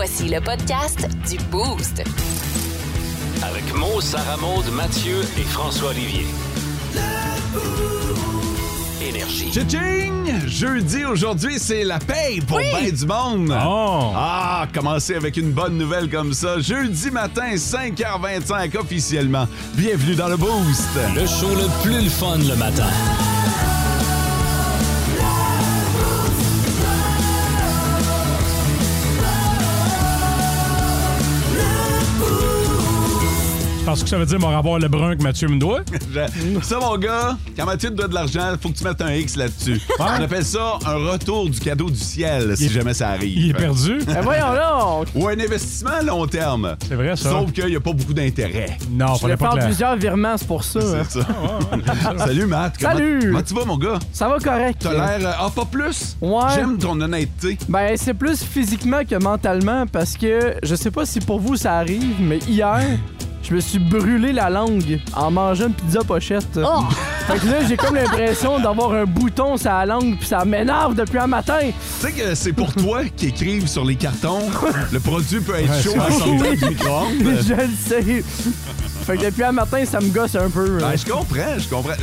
Voici le podcast du Boost. Avec Mo, Sarah Maud, Mathieu et François Olivier. Énergie. Tching! Jeudi, aujourd'hui, c'est la paye pour ben du monde. Oh! Ah, commencer avec une bonne nouvelle comme ça. Jeudi matin, 5h25 officiellement. Bienvenue dans le Boost. Le show le plus le fun le matin. Parce que ça veut dire mon rapport le brun que Mathieu me doit. Ça, mon gars, quand Mathieu te doit de l'argent, faut que tu mettes un X là-dessus. On appelle ça un retour du cadeau du ciel, si jamais ça arrive. Il est perdu. Voyons là! Ou un investissement à long terme. C'est vrai, ça. Sauf qu'il n'y a pas beaucoup d'intérêt. Non, Je fallait vais pas faire que la... plusieurs virements, c'est pour ça. hein. C'est ça. Salut, Matt. Salut. Comment tu vas, mon gars? Ça va correct. T'as l'air... Ah, pas plus? Ouais. J'aime ton honnêteté. Ben, c'est plus physiquement que mentalement parce que je sais pas si pour vous ça arrive, mais hier, je me suis brûlé la langue en mangeant une pizza pochette. Oh! Fait que là, j'ai comme l'impression d'avoir un bouton sur la langue puis ça m'énerve depuis un matin. Tu sais que c'est pour toi qui écrivent sur les cartons. Le produit peut être chaud en c'est sortant vrai. du micro-ondes. Je le sais. Fait que depuis un matin, ça me gosse un peu. Ben, je comprends.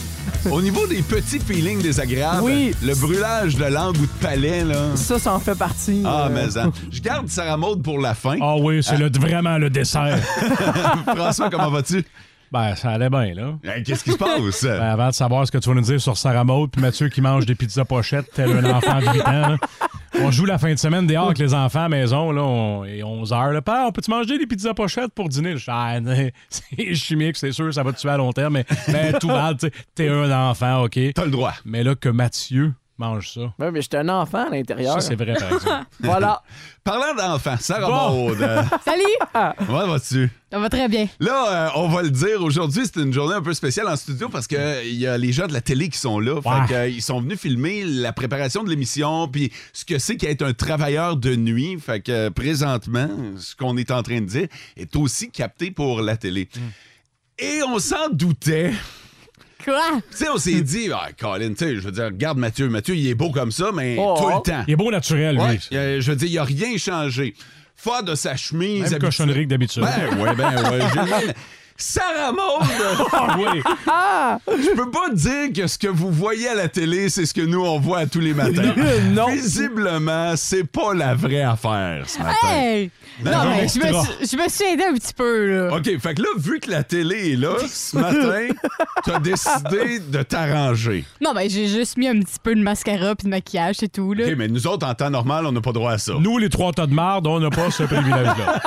Au niveau des petits feelings désagréables, Oui. le brûlage de langue ou de palais, là... Ça en fait partie. Ah, mais hein. Je garde Sarah Maud pour la fin. Ah oui, c'est vraiment le dessert. François, comment vas-tu? Ben, ça allait bien, là. Hey, qu'est-ce qui se passe? Ben, avant de savoir ce que tu vas nous dire sur Sarah Maud puis Mathieu qui mange des pizzas pochettes tel un enfant de 8 ans, là. On joue la fin de semaine dehors avec les enfants à la maison, là, et 11 heures. Là. Père, on peut-tu manger des pizzas pochettes pour dîner? Je dis, ah, c'est chimique, c'est sûr, ça va te tuer à long terme, mais tout mal, tu sais, t'es un enfant, OK? T'as le droit. Mais là, que Mathieu mange ça, Ouais, mais j'étais un enfant à l'intérieur. ça, c'est vrai, par exemple. Voilà. Parlant d'enfants, Sarah Bon. Maud, Salut! comment vas-tu? Ça va très bien. Là, on va le dire, aujourd'hui, c'est une journée un peu spéciale en studio parce qu'il y a les gens de la télé qui sont là. Ouais. Fait que, ils sont venus filmer la préparation de l'émission, puis ce que c'est qu'être un travailleur de nuit. Fait que présentement, ce qu'on est en train de dire est aussi capté pour la télé. Et on s'en doutait. Quoi? Tu sais, on s'est dit, ah, Colin, tu sais, je veux dire, regarde Mathieu. Mathieu, il est beau comme ça, mais Oh. tout le temps. Il est beau naturel, lui. Ouais, je veux dire, il n'y a rien changé. Fort de sa chemise. Même cochonnerie que d'habitude. Ben ouais. Sarah Maud! Ah oui! Je peux pas dire que ce que vous voyez à la télé, c'est ce que nous, on voit à tous les matins. Non. Visiblement, c'est pas la vraie affaire ce matin. Hey! Ben, Non, non, mais extra. je me suis aidé un petit peu, là. OK, fait que là, vu que la télé est là, ce matin, t'as décidé de t'arranger. Non, mais j'ai juste mis un petit peu de mascara puis de maquillage, c'est tout, là. OK, mais nous autres, en temps normal, on n'a pas droit à ça. Nous, les 3 tas de marde, on n'a pas ce privilège-là.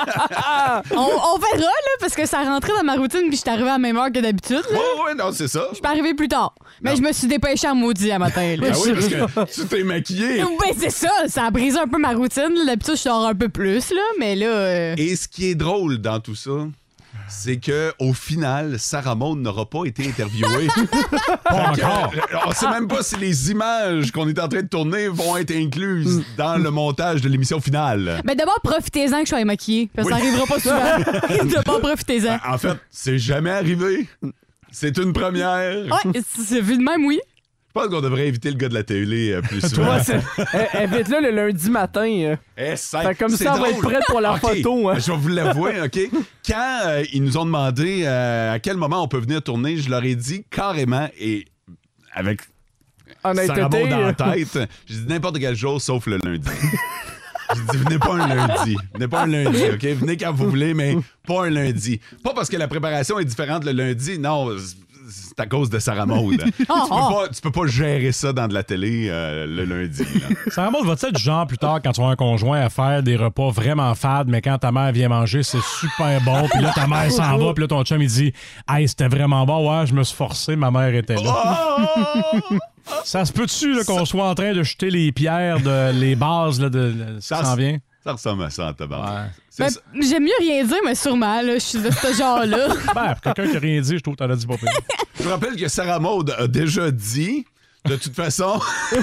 On verra, là, parce que ça rentrait dans ma routine puis j'étais arrivée à la même heure que d'habitude, là. Ouais, non, c'est ça. Je peux arriver plus tard. Mais Non. je me suis dépêchée à maudit à matin, là. Ah oui, parce que tu t'es maquillé. Ben, c'est ça. Ça a brisé un peu ma routine. D'habitude, je sors un peu plus, là, mais là... Et ce qui est drôle dans tout ça, c'est que au final, Sarah Maud n'aura pas été interviewée. Pas encore. On sait même pas si les images qu'on est en train de tourner vont être incluses dans le montage de l'émission finale. Ben d'abord, profitez-en que je sois maquillée. Parce que Oui. ça arrivera pas souvent. De pas profitez-en. En fait, c'est jamais arrivé. C'est une première. Ouais, c'est vu de même, oui. Je pense qu'on devrait inviter le gars de la télé plus souvent. Ouais, invite-le le lundi matin. Fait comme c'est ça, on va être drôle. prête pour la OK, photo. Hein. Je vais vous l'avouer, OK? Quand ils nous ont demandé à quel moment on peut venir tourner, je leur ai dit carrément, et avec Sarah Maud dans la tête, j'ai dit n'importe quel jour sauf le lundi. J'ai dit, venez pas un lundi. Venez pas un lundi, OK? Venez quand vous voulez, mais pas un lundi. Pas parce que la préparation est différente le lundi, non, c'est à cause de Sarah Maud. Tu peux pas gérer ça dans de la télé le lundi. Là. Sarah Maud, va-tu être du genre plus tard quand tu vas un conjoint à faire des repas vraiment fades, mais quand ta mère vient manger, c'est super bon, puis là ta mère s'en va, puis là ton chum il dit hey, c'était vraiment bon, ouais, je me suis forcé, ma mère était là. Ça se peut-tu là, qu'on soit en train de jeter les pierres, les bases là, de ce qui s'en vient? Ça ressemble à ça en tabac. Ouais. C'est Ben, ça. j'aime mieux rien dire, mais sûrement, là, je suis de ce genre-là. Ben, pour quelqu'un qui a rien dit, je trouve que t'en as dit pas pire. Je vous rappelle que Sarah Maud a déjà dit, de toute façon,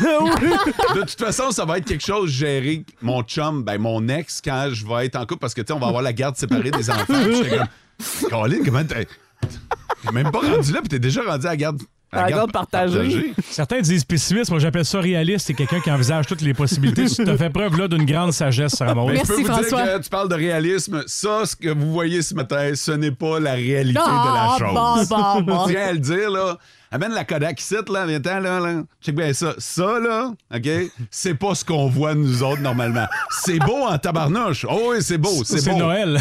de toute façon, ça va être quelque chose géré, mon chum, ben mon ex, quand je vais être en couple, parce que tu sais, on va avoir la garde séparée des enfants. Puis j'étais comme, Colin, comment t'es même pas rendu là, puis t'es déjà rendu à la garde La garde partagée. Certains disent pessimiste, moi j'appelle ça réaliste. C'est quelqu'un qui envisage toutes les possibilités. Tu te fais preuve là d'une grande sagesse, Sarah Maud. Mais je peux Merci, vous François. dire que tu parles de réalisme. Ça, ce que vous voyez ce matin, ce n'est pas la réalité de la chose. Bon. Je tiens à le dire, là. Amène la Kodak ici, là. Viens-t'en, là. Check bien ça. Ça, là, OK, c'est pas ce qu'on voit nous autres, normalement. C'est beau en tabarnouche. Oh oui, c'est beau, c'est beau. C'est Noël.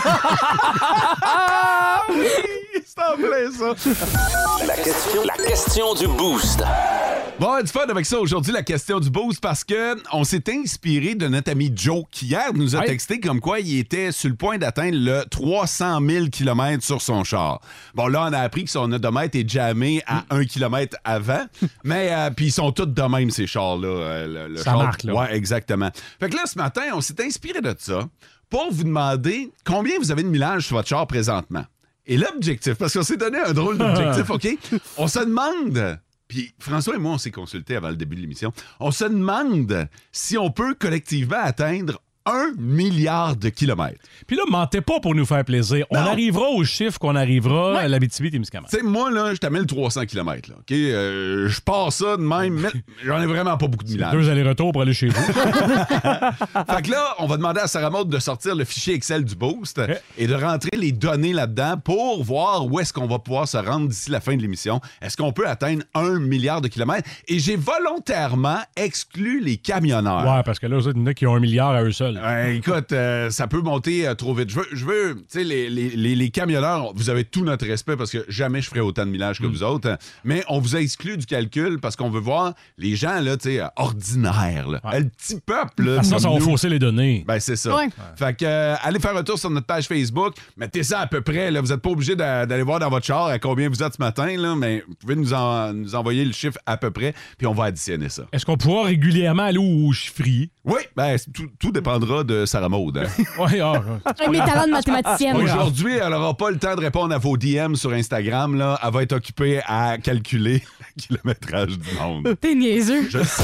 C'est en plein, ça. La question du Boost. Bon, on va du fun avec ça aujourd'hui, la question du boost, parce que on s'est inspiré de notre ami Joe, qui hier nous a texté comme quoi il était sur le point d'atteindre le 300 000 km sur son char. Bon, là, on a appris que son odomètre est jammé à 1 km avant, mais puis ils sont tous de même, ces chars-là. Le Ça char, marque, là. Ouais, exactement. Fait que là, ce matin, on s'est inspiré de ça pour vous demander combien vous avez de millage sur votre char présentement. Et l'objectif, parce qu'on s'est donné un drôle d'objectif, OK? On se demande... Puis François et moi, on s'est consultés avant le début de l'émission. On se demande si on peut collectivement atteindre 1 milliard de kilomètres. Puis là, mentez pas pour nous faire plaisir. On Non. arrivera au chiffre qu'on arrivera à l'Abitibi-Témiscamingue. Tu sais, moi, là, je t'amène 300 km, là, OK? Je pars ça de même, mais j'en ai vraiment pas beaucoup de millage. 2 allers-retours pour aller chez vous. Fait que là, on va demander à Sarah Maud de sortir le fichier Excel du Boost et de rentrer les données là-dedans pour voir où est-ce qu'on va pouvoir se rendre d'ici la fin de l'émission. Est-ce qu'on peut atteindre 1 milliard de kilomètres? Et j'ai volontairement exclu les camionneurs. Ouais, parce que là, il y en a qui ont 1 milliard à eux seuls. Écoute, ça peut monter trop vite. Je veux tu sais, les camionneurs, vous avez tout notre respect parce que jamais je ferai autant de millage que vous autres, mais on vous a exclu du calcul parce qu'on veut voir les gens, là, tu sais, ordinaires, là. Ouais. Le petit peuple, là. Parce que comme ça va nous. fausser les données. Ben, c'est ça. Ouais. Fait que, allez faire un tour sur notre page Facebook. Mettez ça à peu près. Là. Vous n'êtes pas obligé d'aller voir dans votre char à combien vous êtes ce matin, là, mais vous pouvez nous envoyer le chiffre à peu près, puis on va additionner ça. Est-ce qu'on pourra régulièrement aller au chiffrier? Oui, ben, tout dépendra de Sarah Maud. Hein. Oui, Mes talents de mathématicienne. Aujourd'hui, elle n'aura pas le temps de répondre à vos DM sur Instagram. Là. Elle va être occupée à calculer le kilométrage du monde. T'es niaiseux. Je sais.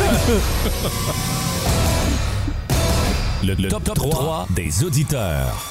Le top 3 des auditeurs.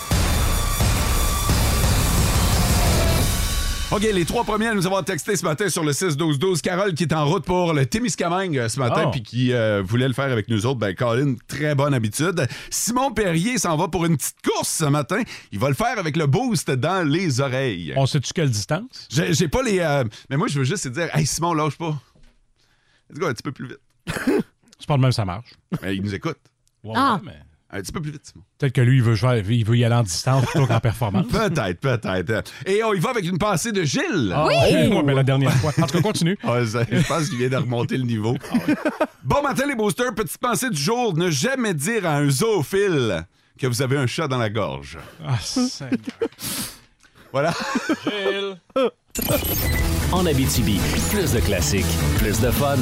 OK, les 3 premiers à nous avoir texté ce matin sur le 6-12-12. Carole qui est en route pour le Témiscamingue ce matin puis qui voulait le faire avec nous autres. Ben, Colin, très bonne habitude. Simon Perrier s'en va pour une petite course ce matin. Il va le faire avec le Boost dans les oreilles. On sait-tu quelle distance? J'ai pas les... mais moi, je veux juste te dire, hey Simon, lâche pas. Let's go un petit peu plus vite. C'est pas de même, ça marche. Mais il nous écoute. Ouais, Ah. mais Un petit peu plus vite, Simon. peut-être que lui, il veut y aller en distance plutôt qu'en performance. Peut-être. Et on y va avec une pensée de Gilles. Ah, oui! Mais la dernière fois. En tout cas, continue. Je pense qu'il vient de remonter le niveau. Bon matin, les boosters. Petite pensée du jour. Ne jamais dire à un zoophile que vous avez un chat dans la gorge. Ah, Seigneur. Voilà. Gilles. En Abitibi, plus de classiques, plus de fun.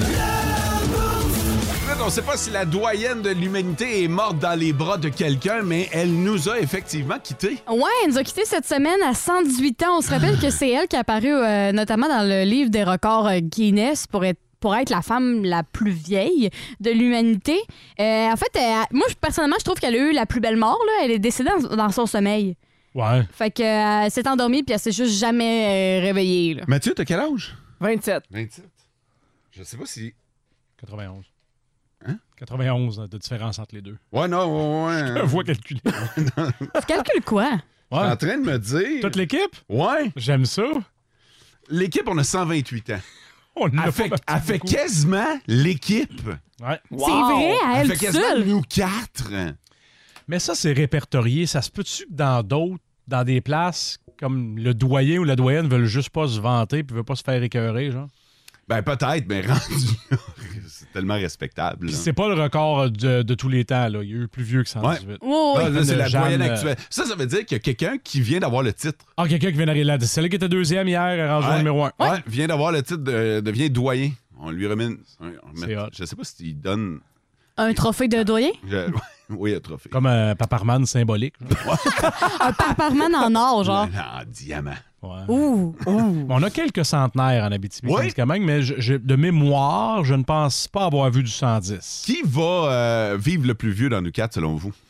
On ne sait pas si la doyenne de l'humanité est morte dans les bras de quelqu'un, mais elle nous a effectivement quittés. Ouais, elle nous a quittés cette semaine à 118 ans. On se rappelle que c'est elle qui est apparue notamment dans le livre des records Guinness pour être la femme la plus vieille de l'humanité. En fait, moi, personnellement, je trouve qu'elle a eu la plus belle mort. Là. Elle est décédée dans son sommeil. Ouais. Fait que elle s'est endormie puis elle s'est juste jamais réveillée. Là. Mathieu, t'as quel âge? 27. 27. Je sais pas si... 91. Hein? 91 de différence entre les deux. Ouais, non, ouais. Je vois calculer. Tu calcules quoi? Je suis Ouais. en train de me dire... Toute l'équipe? Ouais. J'aime ça. L'équipe, on a 128 ans. On l'a Elle fait, pas elle fait quasiment l'équipe. Ouais. C'est vrai, à Elle elle fait toute quasiment seule. nous 4. Mais ça, c'est répertorié. Ça se peut-tu que dans d'autres, dans des places comme le doyen ou la doyenne veulent juste pas se vanter puis veulent pas se faire écœurer, genre? Ben peut-être, mais rendu... c'est tellement respectable. Puis là. c'est pas le record de tous les temps, là. Il y a eu plus vieux que 118. Oh, Ah, oui. là, c'est la Jeanne, doyenne actuelle. Ça veut dire qu'il y a quelqu'un qui vient d'avoir le titre. Ah, quelqu'un qui vient d'arriver là. C'est celle qui était deuxième hier, elle est rangée au numéro 1. Ouais, vient d'avoir le titre, devient doyen. On lui remet... C'est hot. Je sais pas s'il donne... Un trophée de doyen? Oui, un trophée. Comme un paparman symbolique. genre. Un paparman en or, genre. En diamant. Ouais. Ouh. On a quelques centenaires en Abitibi-Témiscamingue, Oui. mais de mémoire, je ne pense pas avoir vu du 110. Qui va vivre le plus vieux dans nous 4, selon vous?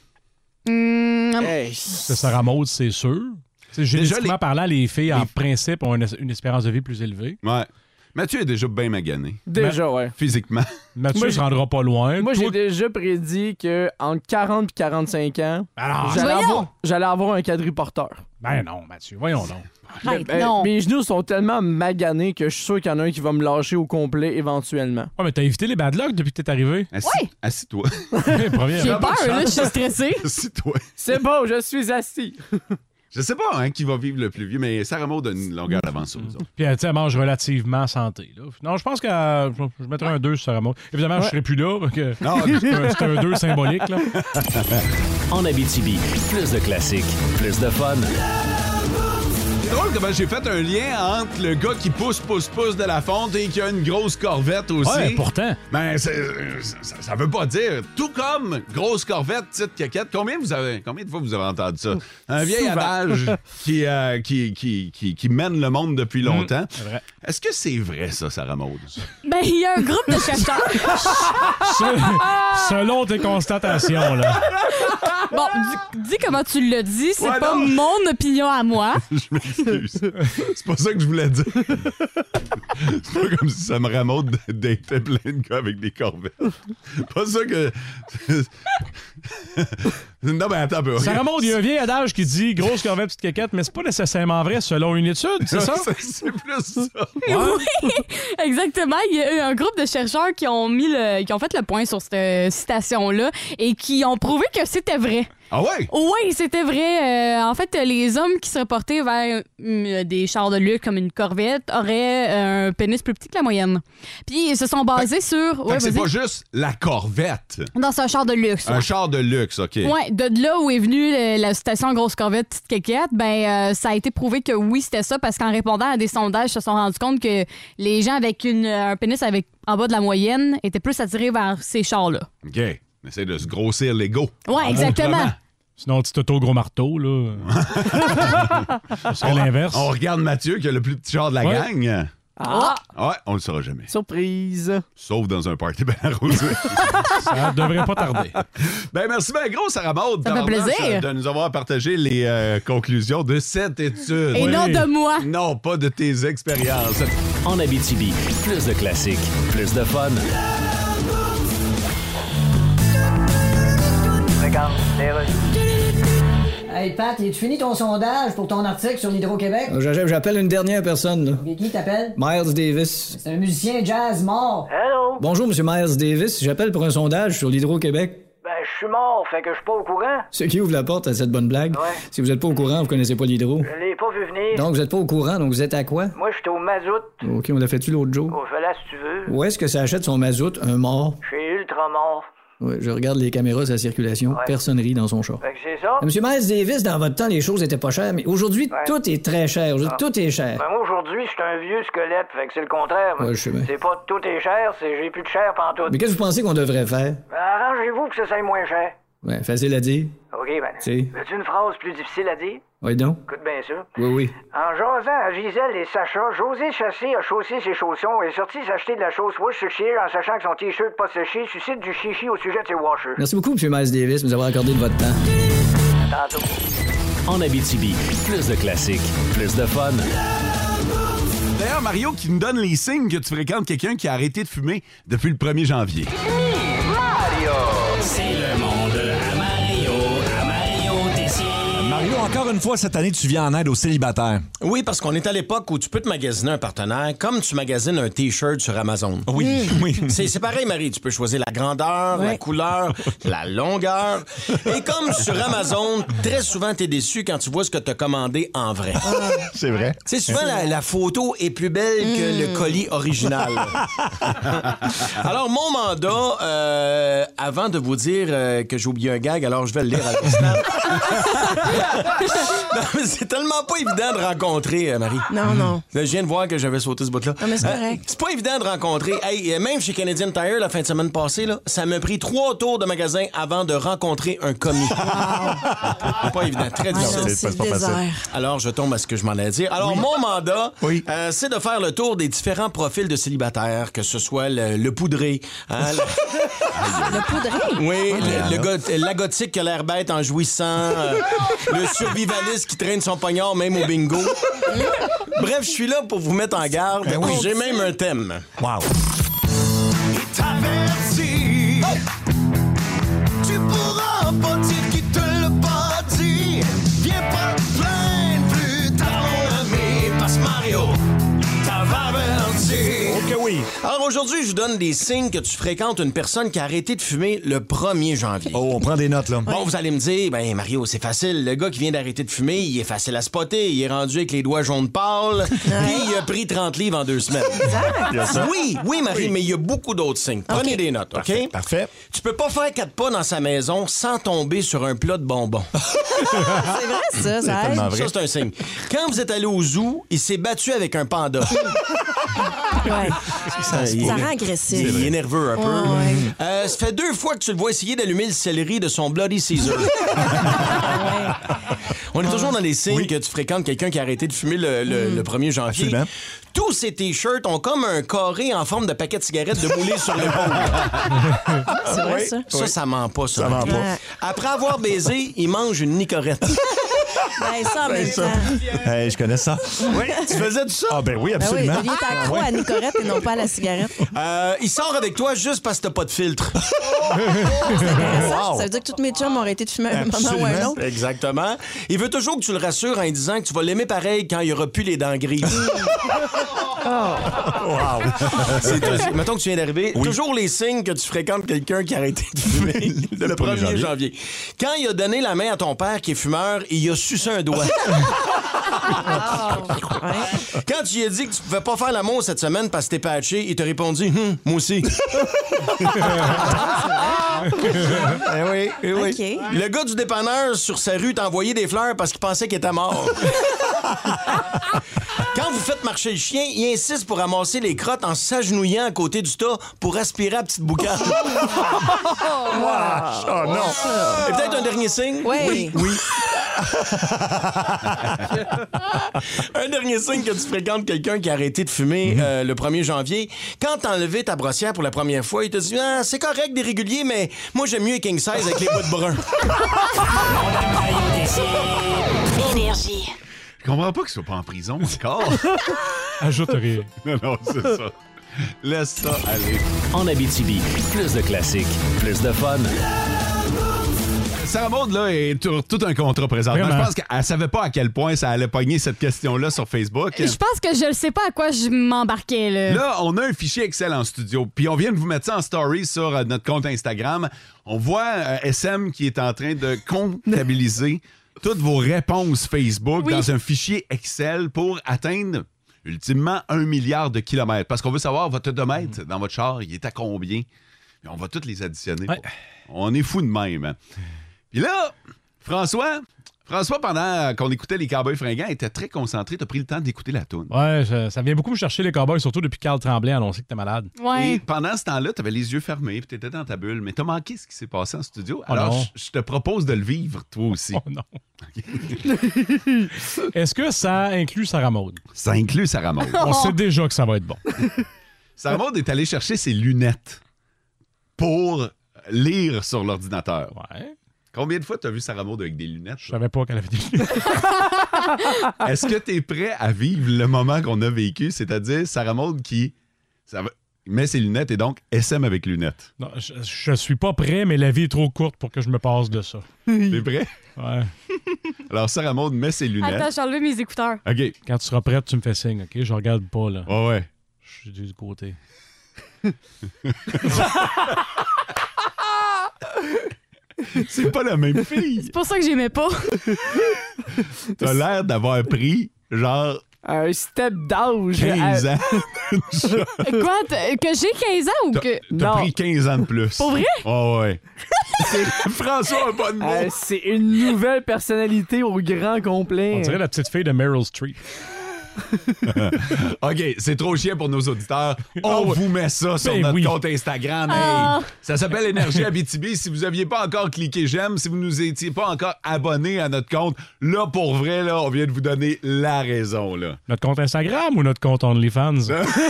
Hey. C'est Sarah Maud, c'est sûr. T'sais, génétiquement parlant, les filles, en principe, ont une espérance de vie plus élevée. Ouais. Mathieu est déjà bien magané. Déjà, ouais. Physiquement. Mathieu ne se rendra pas loin. Moi, Toi, j'ai déjà prédit qu'entre 40 et 45 ans, Alors, j'allais avoir un quadriporteur. ben non, Mathieu, voyons donc. Arrête, non. Mes genoux sont tellement maganés que je suis sûr qu'il y en a un qui va me lâcher au complet éventuellement. Ouais, mais t'as évité les bad luck depuis que t'es arrivé. Assis-toi. Première. J'ai peur, là, je suis stressée. Assis-toi. C'est bon, je suis assis. Je sais pas qui va vivre le plus vieux, mais Sarah Maud a une longueur d'avance sur nous autres. Puis, tu sais, elle mange relativement santé. Là. Non, je pense que je mettrais un 2 sur Sarah Maud. Évidemment, je serai plus là. Non, C'est un 2 symbolique. Là. En Abitibi, plus de classiques, plus de fun. c'est drôle comment j'ai fait un lien entre le gars qui pousse de la fonte et qui a une grosse corvette aussi. Ouais, pourtant. Ben, ça veut pas dire. Tout comme grosse corvette, petite caquette. Combien de fois vous avez entendu ça? Un vieil adage qui mène le monde depuis longtemps. C'est vrai. Est-ce que c'est vrai, ça, Sarah Maud? Ben, il y a un groupe de chercheurs. Selon tes constatations, là. Bon, dis comment tu l'as dit, c'est Ouais, pas non. mon opinion à moi. Je m'excuse. C'est pas ça que je voulais dire. C'est pas comme si Sarah Maud datait plein de gars avec des corvettes. Pas ça que... Non, mais attends un peu. Sarah Maud, il y a un vieil adage qui dit grosse corvette, petite caquette, mais c'est pas nécessairement vrai selon une étude, c'est ça? C'est plus ça. Oui, exactement. Il y a eu un groupe de chercheurs qui ont fait le point sur cette citation-là et qui ont prouvé que c'était vrai. Ah ouais? Oui, c'était vrai. En fait, les hommes qui se reportaient vers des chars de luxe comme une Corvette auraient un pénis plus petit que la moyenne. Puis ils se sont basés sur... Fait que c'est vas-y. pas juste la Corvette. Dans un char de luxe. Un char de luxe, OK. Ouais, de là où est venue la citation grosse Corvette, petite caquette, ben ça a été prouvé que oui, c'était ça parce qu'en répondant à des sondages, ils se sont rendus compte que les gens avec un pénis en bas de la moyenne étaient plus attirés vers ces chars-là. OK. On essaie de se grossir l'ego. Ouais, exactement. Autrement. Sinon, petit auto gros marteau, là. Ce serait l'inverse. On regarde Mathieu qui a le plus petit char de la Ouais. gang. Ah! Ouais, on le saura jamais. Surprise! Sauf dans un party bien arrosé. Ça devrait pas tarder. Ben merci bien gros, Sarah Maud. Ça fait plaisir. De nous avoir partagé les conclusions de cette étude. Et non de moi. Non, pas de tes expériences. En Abitibi, plus de classiques, plus de fun. Hey Pat, es-tu fini ton sondage pour ton article sur l'Hydro-Québec? J'appelle une dernière personne, là. Qui t'appelle? Miles Davis. C'est un musicien jazz mort. Hello? Bonjour, Monsieur Miles Davis. J'appelle pour un sondage sur l'Hydro-Québec. Ben, je suis mort, fait que je suis pas au courant. Ce qui ouvre la porte à cette bonne blague. Ouais. Si vous êtes pas au courant, vous connaissez pas l'Hydro. Je l'ai pas vu venir. Donc, vous êtes pas au courant, donc vous êtes à quoi? Moi, j'étais au mazout. OK, on l'a fait-tu l'autre jour? Au là si tu veux. Où est-ce que ça achète son mazout? Un mort? Chez Ultramort. Ouais, je regarde les caméras de la circulation. Ouais. Personne rit dans son char. Fait que c'est ça. Monsieur Miles Davis, dans votre temps, les choses étaient pas chères, mais aujourd'hui, Ouais. tout est très cher. Aujourd'hui, tout est cher. Ben, moi, aujourd'hui, je suis un vieux squelette, fait que c'est le contraire. Ouais, je sais bien. C'est pas tout est cher, c'est j'ai plus de chair pantoute. Mais qu'est-ce que vous pensez qu'on devrait faire? Ben, arrangez-vous que ça soit moins cher. Ouais, facile à dire. OK, ben. Si. Veux-tu une phrase plus difficile à dire? Oui, donc. Écoute bien ça. Oui, oui. En jasant à Gisèle et Sacha, José Chassé a chaussé ses chaussons et est sorti s'acheter de la chausse Wish sur Sheer en sachant que son t-shirt pas séché suscite du chichi au sujet de ses washers. Merci beaucoup, Monsieur Miles Davis, de nous avoir accordé de votre temps. Tantôt. En Abitibi, plus de classiques, plus de fun. D'ailleurs, Mario qui nous donne les signes que tu fréquentes quelqu'un qui a arrêté de fumer depuis le 1er janvier. C'est le monde à Mario Tessier. Mario, encore une fois, cette année, tu viens en aide aux célibataires. Oui, parce qu'on est à l'époque où tu peux te magasiner un partenaire comme tu magasines un T-shirt sur Amazon. Oui, oui. C'est pareil, Marie. Tu peux choisir la grandeur, la couleur, la longueur. Et comme sur Amazon, très souvent, t'es déçu quand tu vois ce que t'as commandé en vrai. C'est vrai. Tu sais, souvent, la photo est plus belle que le colis original. Alors, mon mandat, avant de vous dire que j'ai oublié un gag, alors je vais le lire à l'instant. Non, mais c'est tellement pas évident de rencontrer, Marie. Non. Je viens de voir que j'avais sauté ce bout-là. Non, mais c'est correct. C'est pas évident de rencontrer. Hey, même chez Canadian Tire, la fin de semaine passée, là, ça m'a pris 3 tours de magasin avant de rencontrer un commis. Pas évident, très difficile. C'est le désert. Alors, je tombe à ce que je m'en allais dire. Alors, mon mandat, c'est de faire le tour des différents profils de célibataires, que ce soit le poudré. Hein, Le poudré? oui, la gothique qui a l'air bête en jouissant, le survivaliste qui traîne son poignard même au bingo. Bref, je suis là pour vous mettre en garde. Ben oui. J'ai même un thème. Wow. T'avertis, tu pourras pas dire qui te l'a pas dit. Viens pas te plaindre plus tard, mon ami, parce que Mario t'avait averti. Ok, oui. Alors aujourd'hui, je vous donne des signes que tu fréquentes une personne qui a arrêté de fumer le 1er janvier. Oh, on prend des notes, là. Bon, vous allez me dire, ben Mario, c'est facile. Le gars qui vient d'arrêter de fumer, il est facile à spotter. Il est rendu avec les doigts jaunes pâles. Puis il a pris 30 livres en 2 semaines. Il y a ça. Oui, Marie, mais il y a beaucoup d'autres signes. Prenez des notes, OK? Parfait. Tu peux pas faire 4 pas dans sa maison sans tomber sur un plat de bonbons. C'est vrai, ça C'est tellement vrai. Ça, c'est un signe. Quand vous êtes allé au zoo, il s'est battu avec un panda. Ouais. Ça rend agressif. Il est nerveux un peu. Ouais. Ça fait 2 fois que tu le vois essayer d'allumer le céleri de son Bloody Caesar. On est toujours dans les signes que tu fréquentes quelqu'un qui a arrêté de fumer le 1er janvier. Absolument. Tous ces t-shirts ont comme un carré en forme de paquet de cigarettes de moulé sur l'épaule. C'est vrai, ça? Ça ment pas, ça. Ça ment pas. Après avoir baisé, il mange une nicorette. Ben, ça en même temps. Hey, je connais ça. Oui, tu faisais de ça? Ah, ben oui, Ben oui, absolument. il est accro à Nicorette et non pas à la cigarette. Il sort avec toi juste parce que t'as pas de filtre. Intéressant. Ça veut dire que toutes mes chums ont arrêté de fumer un moment ou un autre. Exactement. Il veut toujours que tu le rassures en lui disant que tu vas l'aimer pareil quand il n'y aura plus les dents grises. Wow. Mettons que tu viens d'arriver. Toujours les signes que tu fréquentes quelqu'un qui a arrêté de fumer le 1er janvier. Quand il a donné la main à ton père qui est fumeur, il a sucé un doigt. Quand tu lui as dit que tu pouvais pas faire l'amour cette semaine parce que t'es patché, il t'a répondu moi aussi. oui. OK. Le gars du dépanneur sur sa rue t'a envoyé des fleurs parce qu'il pensait qu'il était mort. Quand vous faites marcher le chien, il insiste pour ramasser les crottes en s'agenouillant à côté du tas pour aspirer à petite boucane. Oh non. Et peut-être un dernier signe? Oui. Un dernier signe que tu fréquentes quelqu'un qui a arrêté de fumer le 1er janvier. Quand t'as enlevé ta brossière pour la première fois, il te dit « c'est correct des réguliers, mais moi j'aime mieux les king size avec les bouts de brun. » Énergie. Je comprends pas qu'il soit pas en prison encore. Ajoute rien. Non, c'est ça. Laisse ça aller. En Abitibi, plus de classiques, plus de fun. Sarah Maud, là, est tout un contrat présentement. Vraiment? Je pense qu'elle savait pas à quel point ça allait pogner cette question-là sur Facebook. Je pense que je ne sais pas à quoi je m'embarquais, là. Là, on a un fichier Excel en studio, puis on vient de vous mettre ça en story sur notre compte Instagram. On voit SM qui est en train de comptabiliser toutes vos réponses Facebook dans un fichier Excel pour atteindre ultimement 1 milliard de kilomètres. Parce qu'on veut savoir votre odomètre dans votre char, il est à combien? Et on va toutes les additionner. Ouais. On est fous de même. Hein? Puis là, François, pendant qu'on écoutait les Cowboys fringants, était très concentré. T'as pris le temps d'écouter la toune. Ouais, ça vient beaucoup me chercher les Cowboys, surtout depuis Carl Tremblay a annoncé que t'es malade. Ouais. Et pendant ce temps-là, t'avais les yeux fermés, puis t'étais dans ta bulle, mais t'as manqué ce qui s'est passé en studio. Oh Alors, non. je te propose de le vivre, toi aussi. Oh non. Est-ce que ça inclut Sarah Maud? Ça inclut Sarah Maud. On sait déjà que ça va être bon. Sarah Maud est allée chercher ses lunettes pour lire sur l'ordinateur. Ouais. Combien de fois t'as vu Sarah Maud avec des lunettes? Je savais pas qu'elle avait des lunettes. Est-ce que t'es prêt à vivre le moment qu'on a vécu, c'est-à-dire Sarah Maud qui met ses lunettes et donc SM avec lunettes? Non, je suis pas prêt, mais la vie est trop courte pour que je me passe de ça. T'es prêt? Ouais. Alors Sarah Maud met ses lunettes. Attends, j'ai enlevé mes écouteurs. OK. Quand tu seras prête, tu me fais signe, OK? Je regarde pas, là. Ouais. Je suis du côté. C'est pas la même fille. C'est pour ça que j'aimais pas. T'as l'air d'avoir pris, genre, un step d'âge. 15 ans. Quoi? Que j'ai 15 ans ou que... T'as pris 15 ans de plus. Pour vrai? Oh ouais. François a pas de mots. C'est une nouvelle personnalité au grand complet. On dirait la petite fille de Meryl Streep. OK, c'est trop chiant pour nos auditeurs. On vous met ça sur notre compte Instagram. Hey, ça s'appelle Énergie Abitibi. Si vous n'aviez pas encore cliqué j'aime, si vous ne nous étiez pas encore abonné à notre compte, là, pour vrai, là, on vient de vous donner la raison. Là. Notre compte Instagram ou notre compte OnlyFans?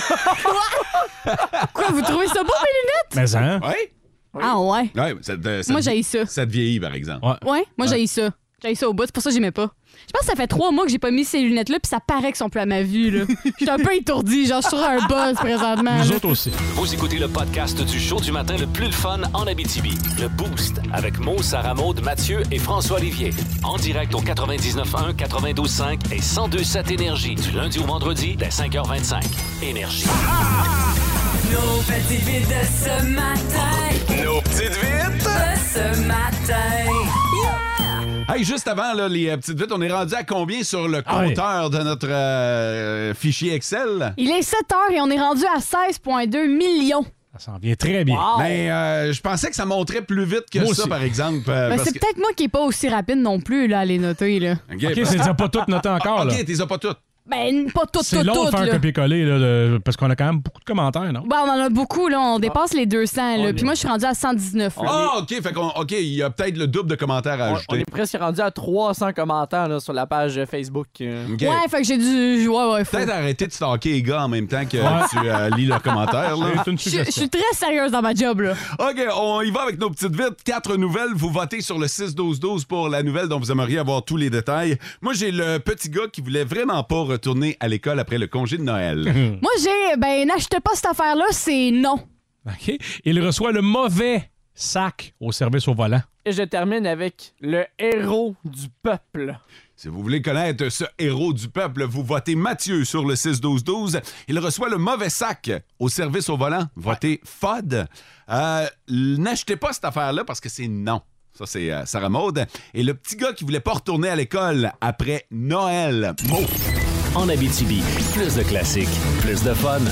Quoi, vous trouvez ça beau, mes lunettes? Mais hein? Oui. Ah ouais? Ouais, Moi, j'haïs ça. Ça te vieillit, par exemple. Ouais, moi, j'haïs ça. J'ai ça au bout, c'est pour ça que j'aimais pas. Je pense que ça fait 3 mois que j'ai pas mis ces lunettes-là, puis ça paraît qu'elles sont plus à ma vue, là. Je suis un peu étourdie, genre, je suis sur un buzz présentement. Nous là. autres aussi. Vous écoutez le podcast du show du matin le plus le fun en Abitibi. Le Boost avec Mo, Sarah Maud, Mathieu et François Olivier. En direct au 99.1, 92.5 et 102.7 Énergie du lundi au vendredi dès 5h25. Énergie. Nos petites vites de ce matin. Nos petites vites de ce matin. Hey, juste avant, là, les petites vites, on est rendu à combien sur le compteur de notre fichier Excel? Il est 7h et on est rendu à 16,2 millions. Ça s'en vient très bien. Wow. Mais je pensais que ça monterait plus vite que Moi ça, aussi. par exemple. Ben, c'est peut-être moi qui n'est pas aussi rapide non plus là, à les noter. Là. OK, c'est déjà pas toutes notées encore. OK, là. t'es pas toutes. Ben, pas toutes, C'est long de faire un là. copier-coller, là, parce qu'on a quand même beaucoup de commentaires, non? Ben, on en a beaucoup, là. On dépasse les 200, là. Puis moi, je suis rendu à 119. là. Ah, OK. Fait OK, il y a peut-être le double de commentaires à On ajouter. est presque rendu à 300 commentaires là, sur la page Facebook. OK. Ouais, fait que j'ai dû... Ouais, faut... Peut-être arrêter de stalker les gars en même temps que tu lis leurs commentaires. Là. C'est une Je suggestion. suis très sérieuse dans ma job, là. OK, on y va avec nos petites vites. 4 nouvelles. Vous votez sur le 6-12-12 pour la nouvelle dont vous aimeriez avoir tous les détails. Moi, j'ai le petit gars qui voulait vraiment pas retourner à l'école après le congé de Noël. Moi, j'ai... Ben, n'achetez pas cette affaire-là, c'est non. OK. Il reçoit le mauvais sac au service au volant. Et je termine avec le héros du peuple. Si vous voulez connaître ce héros du peuple, vous votez Mathieu sur le 6-12-12. Il reçoit le mauvais sac au service au volant. Votez FOD. N'achetez pas cette affaire-là parce que c'est non. Ça, c'est Sarah Maud. Et le petit gars qui voulait pas retourner à l'école après Noël. Mo. En Abitibi, plus de classiques, plus de fun.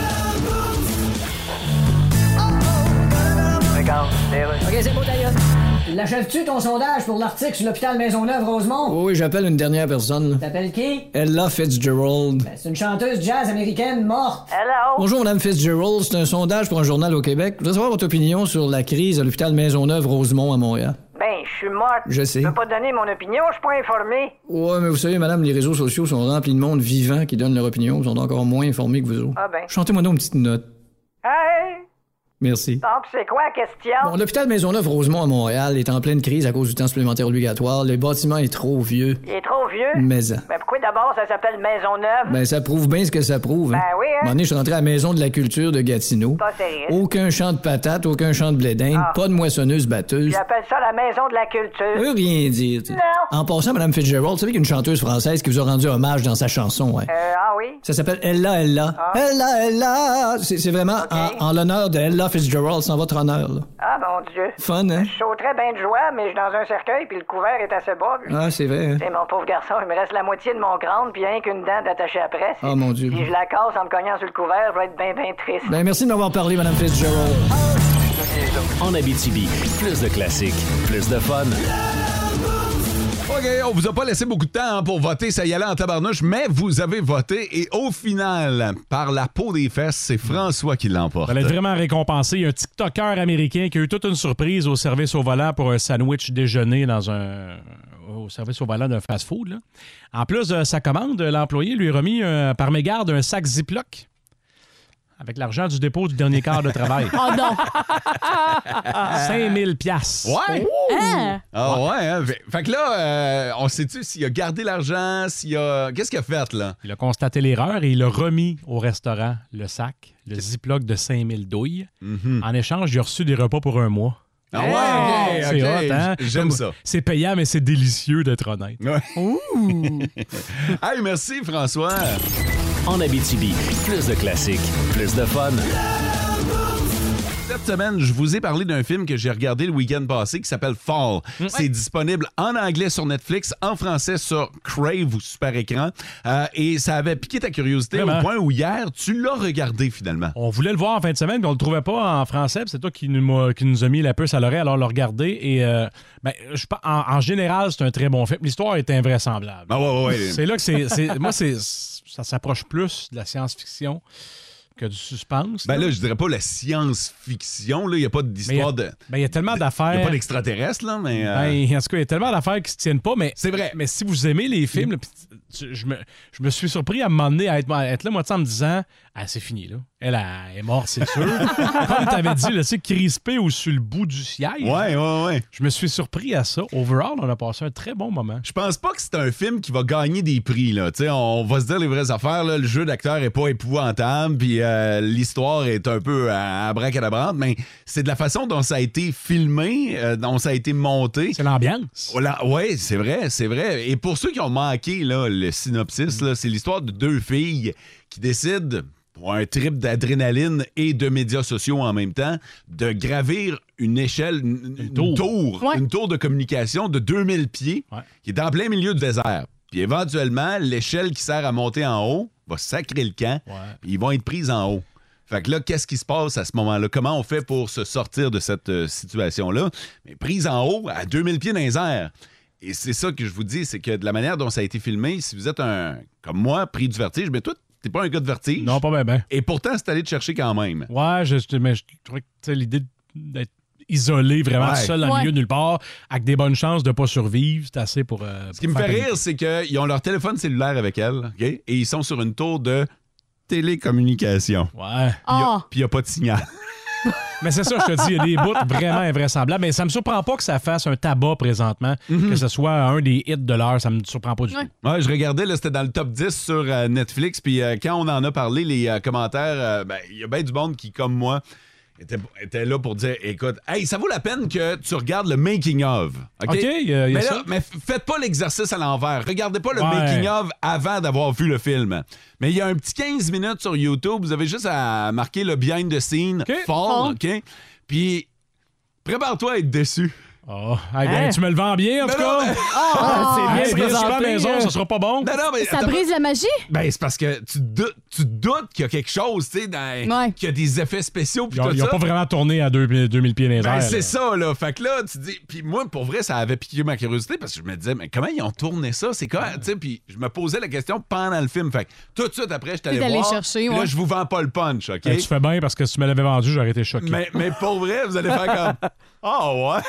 OK, c'est beau d'ailleurs. L'achèves-tu ton sondage pour l'article sur l'hôpital Maisonneuve-Rosemont? Oui, j'appelle une dernière personne. T'appelles qui? Ella Fitzgerald. Ben, c'est une chanteuse jazz américaine morte. Hello? Bonjour, Mme Fitzgerald. C'est un sondage pour un journal au Québec. Je voudrais savoir votre opinion sur la crise à l'hôpital Maisonneuve-Rosemont à Montréal. Ben, je suis morte. Je sais. Je peux pas donner mon opinion, je suis pas informé. Ouais, mais vous savez, madame, les réseaux sociaux sont remplis de monde vivant qui donne leur opinion. Ils sont encore moins informés que vous autres. Ah ben. Chantez-moi donc une petite note. Hey! Merci. Donc, c'est quoi la question? Bon, l'hôpital Maisonneuve-Rosemont à Montréal est en pleine crise à cause du temps supplémentaire obligatoire. Le bâtiment est trop vieux. Il est trop vieux? Mais Ben, pourquoi d'abord ça s'appelle Maisonneuve? ben, ça prouve bien ce que ça prouve. Ben oui, hein? Un moment donné, je suis rentré à la Maison de la Culture de Gatineau. Pas sérieux. Aucun champ de patates, aucun champ de blé d'Inde, Ah. pas de moissonneuse-batteuse. J'appelle ça la Maison de la Ça Culture. veut rien dire. tu sais. Non. En passant, Mme Fitzgerald, vous savez qu'il y a une chanteuse française qui vous a rendu hommage dans sa chanson, ouais. Ah oui? Ça s'appelle Ella, Ella. Ah. Ella, Ella. C'est vraiment en l'honneur de Ella Fitzgerald, c'est en votre honneur, là. Ah, mon Dieu. Fun, hein? Je sauterais bien de joie, mais je suis dans un cercueil, puis le couvert est assez bas. Ah, c'est vrai, hein? C'est mon pauvre garçon, il me reste la moitié de mon crâne, puis rien qu'une dent d'attacher après. Ah, mon Dieu. Si je la casse en me cognant sur le couvert, je vais être bien triste. Ben, merci de m'avoir parlé, Mme Fitzgerald. En Abitibi, plus de classiques, plus de fun. OK, on vous a pas laissé beaucoup de temps pour voter, ça y allait en tabarnouche, mais vous avez voté et au final, par la peau des fesses, c'est François qui l'emporte. Elle est vraiment récompensée. Il y a un TikToker américain qui a eu toute une surprise au service au volant pour un sandwich déjeuner au service au volant d'un fast-food. là. En plus de sa commande, l'employé lui a remis par mégarde un sac Ziploc avec l'argent du dépôt du dernier quart de travail. Oh non! 5000 piastres. Ouais! Hein? Ah ouais, hein? Fait que là, on sait-tu s'il a gardé l'argent, s'il a... Qu'est-ce qu'il a fait, là? Il a constaté l'erreur et il a remis au restaurant le sac, le Ziploc de 5000 douilles. En échange, il a reçu des repas pour un mois. Ah ouais, C'est OK, hot, hein? J'aime Comme- ça. C'est payant, mais c'est délicieux d'être honnête. Ouais. Hey, merci, François. En Abitibi, plus de classiques, plus de fun. Cette semaine, je vous ai parlé d'un film que j'ai regardé le week-end passé qui s'appelle Fall. C'est disponible en anglais sur Netflix, en français sur Crave ou Super Écran. Et ça avait piqué ta curiosité Vraiment. au point où hier, tu l'as regardé finalement. On voulait le voir en fin de semaine, mais on le trouvait pas en français. puis C'est toi qui nous a mis la puce à l'oreille, alors le regarder. Et en général, c'est un très bon film. L'histoire est invraisemblable. Ah ouais. C'est là que moi, ça s'approche plus de la science-fiction que du suspense. Ben là, je dirais pas la science-fiction. Il n'y a pas d'histoire de... Il y a tellement d'affaires. Il n'y a pas d'extraterrestres, là, mais... Ben, en tout cas, il y a tellement d'affaires qui se tiennent pas, mais... C'est vrai. Mais si vous aimez les films, là, je me suis surpris à un moment donné à être là, moi, en me disant, c'est fini, là. Elle est morte, c'est sûr. Comme tu avais dit, là, c'est crispé ou sur le bout du siège. Ouais. Je me suis surpris à ça. Overall, on a passé un très bon moment. Je pense pas que c'est un film qui va gagner des prix. Là. On va se dire les vraies affaires. Là. Le jeu d'acteur est pas épouvantable, puis l'histoire est un peu abracadabrante, mais c'est de la façon dont ça a été filmé, dont ça a été monté. C'est l'ambiance. Oui, c'est vrai. Et pour ceux qui ont manqué là, le synopsis, là, c'est l'histoire de deux filles qui décident, pour un trip d'adrénaline et de médias sociaux en même temps, de gravir une échelle, une tour de communication de 2000 pieds qui est en plein milieu du désert. Puis éventuellement, l'échelle qui sert à monter en haut va sacrer le camp, puis ils vont être pris en haut. Fait que là, qu'est-ce qui se passe à ce moment-là? Comment on fait pour se sortir de cette situation-là? Mais prise en haut, à 2000 pieds dans les airs. Et c'est ça que je vous dis, c'est que de la manière dont ça a été filmé, si vous êtes comme moi, pris du vertige, mais toi, t'es pas un gars de vertige. Non, pas bien. Et pourtant, c'est allé te chercher quand même. Ouais, mais je trouvais que l'idée d'être isolé, vraiment seul dans le milieu de nulle part, avec des bonnes chances de pas survivre, c'est assez pour... Ce qui me fait rire, c'est qu'ils ont leur téléphone cellulaire avec elle, OK? Et ils sont sur une tour de télécommunication. Ouais. Puis il n'y a pas de signal. Mais c'est ça, je te dis, il y a des bouts vraiment invraisemblables. Mais ça me surprend pas que ça fasse un tabac présentement, que ce soit un des hits de l'heure. Ça me surprend pas du tout. Ouais, je regardais, là, c'était dans le top 10 sur Netflix. Puis quand on en a parlé, les commentaires, il y a bien du monde qui, comme moi, était là pour dire, écoute, hey, ça vaut la peine que tu regardes le making-of. OK? Mais faites pas l'exercice à l'envers. Regardez pas le making-of avant d'avoir vu le film. Mais il y a un petit 15 minutes sur YouTube. Vous avez juste à marquer le behind the scene fall, OK? Puis, prépare-toi à être déçu. Tu me le vends bien, en tout cas. C'est bien présenté. À la maison, ça sera pas bon. Non, mais, ça brise la magie? Ben, c'est parce que tu doutes qu'il y a quelque chose, tu sais, qu'il y a des effets spéciaux. Ils n'ont pas vraiment tourné à 2000 pieds dans les airs. C'est ça, là. Fait que là, tu dis... Puis moi, pour vrai, ça avait piqué ma curiosité parce que je me disais, mais comment ils ont tourné ça? C'est quoi? Tu sais, puis je me posais la question pendant le film. Fait que tout de suite après, je suis allé voir. Chercher, là, je vous vends pas le punch, OK? Tu fais bien parce que si tu me l'avais vendu, j'aurais été choqué. Mais pour vrai, vous allez faire comme... ouais.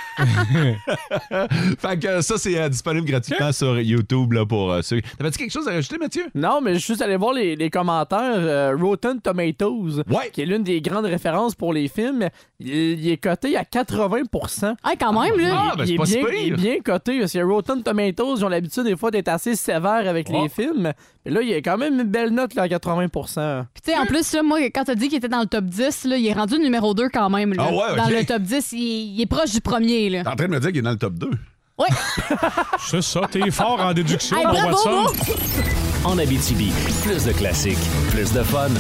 Fait que ça, c'est disponible gratuitement sur YouTube là, pour ceux. T'avais-tu quelque chose à rajouter, Mathieu? Non, mais je suis juste allé voir les commentaires. Rotten Tomatoes, qui est l'une des grandes références pour les films, il est coté à 80%. Quand même, là. Ben, il est bien coté. Parce que Rotten Tomatoes, ils ont l'habitude des fois d'être assez sévères avec les films. Mais là, il y a quand même une belle note là, à 80%. Puis tu sais, en plus, là, moi, quand t'as dit qu'il était dans le top 10, là, il est rendu numéro 2 quand même. Là. Dans le top 10, il est proche du premier. Là. T'es en train de me dire qu'il est dans le top 2? Oui. C'est ça, t'es fort en déduction, hey, mon Watson. En Abitibi, plus de classiques, plus de fun.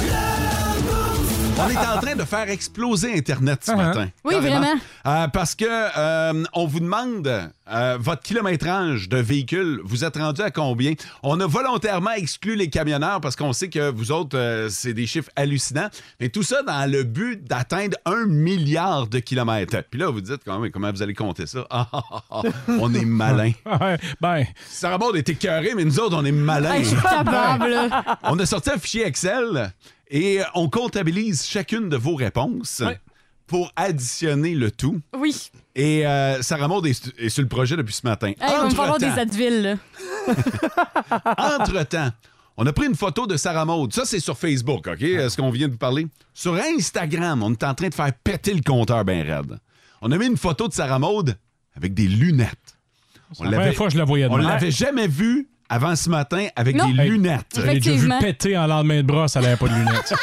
On est en train de faire exploser Internet ce matin. Oui, carrément. vraiment. Parce que on vous demande votre kilométrage de véhicule. Vous êtes rendu à combien? On a volontairement exclu les camionneurs parce qu'on sait que vous autres, c'est des chiffres hallucinants. Mais tout ça dans le but d'atteindre 1 milliard de kilomètres. Puis là, vous dites comment vous allez compter ça? On est malin. Sarah Maud est écœurée, mais nous autres, on est malins. Je suis capable. On a sorti un fichier Excel. Et on comptabilise chacune de vos réponses pour additionner le tout. Oui. Et Sarah Maud est sur le projet depuis ce matin. Hey, on va me faire des Advil, là. Entre-temps, on a pris une photo de Sarah Maud. Ça, c'est sur Facebook, OK? Ce qu'on vient de vous parler. Sur Instagram, on est en train de faire péter le compteur bien raide. On a mis une photo de Sarah Maud avec des lunettes. C'est la première fois que je la voyais de On l'avait jamais vue avant ce matin avec des lunettes. J'ai déjà vu péter en lendemain de bras, ça n'avait pas de lunettes.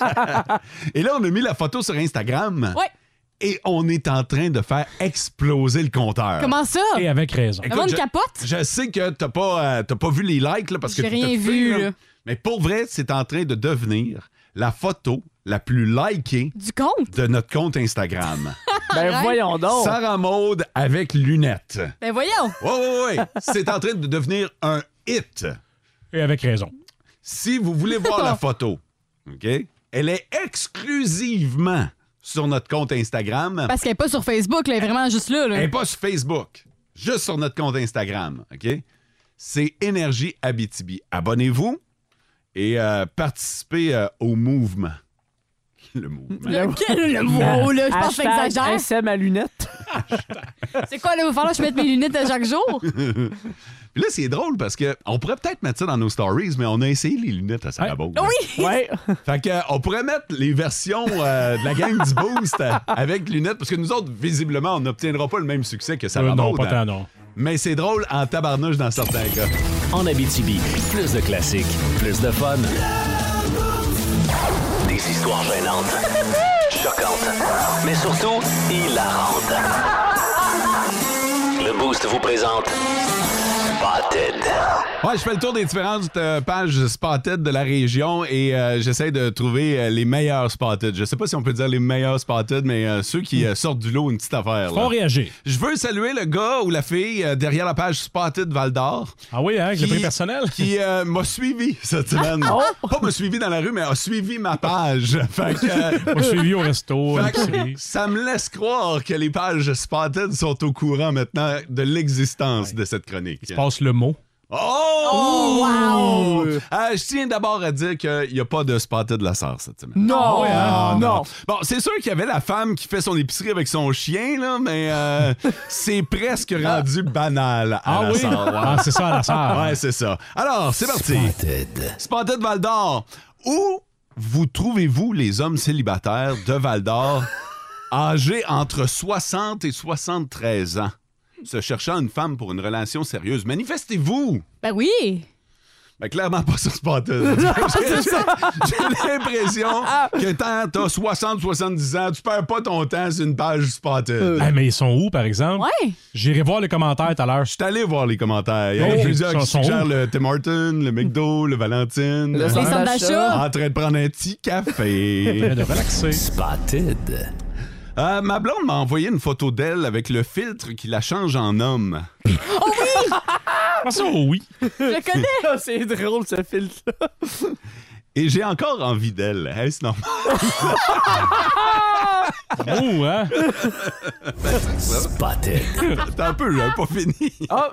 Et là, on a mis la photo sur Instagram. Ouais. Et on est en train de faire exploser le compteur. Comment ça? Et avec raison. Le monde capote? Je sais que t'as pas vu les likes là, parce que j'ai rien vu. Là. Mais pour vrai, c'est en train de devenir la photo la plus likée du compte de notre compte Instagram. Ben voyons donc. Sarah Maud avec lunettes. Ben voyons. Oui. C'est en train de devenir un hit. Et avec raison. Si vous voulez voir la photo, OK? Elle est exclusivement sur notre compte Instagram. Parce qu'elle n'est pas sur Facebook, là, elle est vraiment juste là. Elle n'est pas sur Facebook. Juste sur notre compte Instagram, OK? C'est Énergie Abitibi. Abonnez-vous et participez au mouvement. Le mot. Le mot, là, je pense que j'exagère. SM à lunettes. C'est quoi, là? Il va falloir que je mette mes lunettes à chaque jour? Puis là, c'est drôle parce qu'on pourrait peut-être mettre ça dans nos stories, mais on a essayé les lunettes à Sarah Maud. Oui! Ouais. Fait qu'on pourrait mettre les versions de la gang du Boost avec lunettes, parce que nous autres, visiblement, on n'obtiendra pas le même succès que Sarah Non, Maud. pas tant, non. Mais c'est drôle en tabarnouche dans certains cas. En Abitibi, plus de classiques, plus de fun. Des histoires gênantes, choquantes, mais surtout hilarantes. Le Boost vous présente Spotted. Ouais, je fais le tour des différentes pages Spotted de la région et j'essaie de trouver les meilleurs Spotted. Je sais pas si on peut dire les meilleurs Spotted, mais ceux qui sortent du lot, une petite affaire. Faut réagir. Je veux saluer le gars ou la fille derrière la page Spotted Val-d'Or. Ah oui, hein, avec le prix personnel? Qui m'a suivi cette semaine. Pas m'a suivi dans la rue, mais a suivi ma page. Fait que, m'a suivi au resto. ça me laisse croire que les pages Spotted sont au courant maintenant de l'existence de cette chronique. Il se passe le mot. Oh! Wow! Je tiens d'abord à dire qu'il n'y a pas de Spotted de la sœur cette semaine. Non! Non! Bon, c'est sûr qu'il y avait la femme qui fait son épicerie avec son chien, là, mais c'est presque rendu banal à la sœur. Ouais. Ah, c'est ça, à la sœur. Ouais, c'est ça. Alors, c'est parti. Spotted Val-d'Or. Où vous trouvez-vous les hommes célibataires de Val-d'Or âgés entre 60 et 73 ans? Se cherchant une femme pour une relation sérieuse, manifestez-vous! Ben oui! Ben clairement pas sur Spotted. J'ai l'impression que quand t'as 60-70 ans, tu perds pas ton temps sur une page Spotted. Mais ils sont où, par exemple? Ouais! J'irai voir les commentaires tout à l'heure. Je suis allé voir les commentaires. Il y a plusieurs qui suggèrent le Tim Hortons, le McDo, le Valentine. Les centres d'achat. En train de prendre un petit café. De relaxer. Spotted. Ma blonde m'a envoyé une photo d'elle avec le filtre qui la change en homme. Oh oui! Ah, ça, oui. Je connais! C'est drôle, ce filtre-là. Et j'ai encore envie d'elle. Est-ce normal? Oh, hein? Spotted. Attends un peu, j'avais pas fini.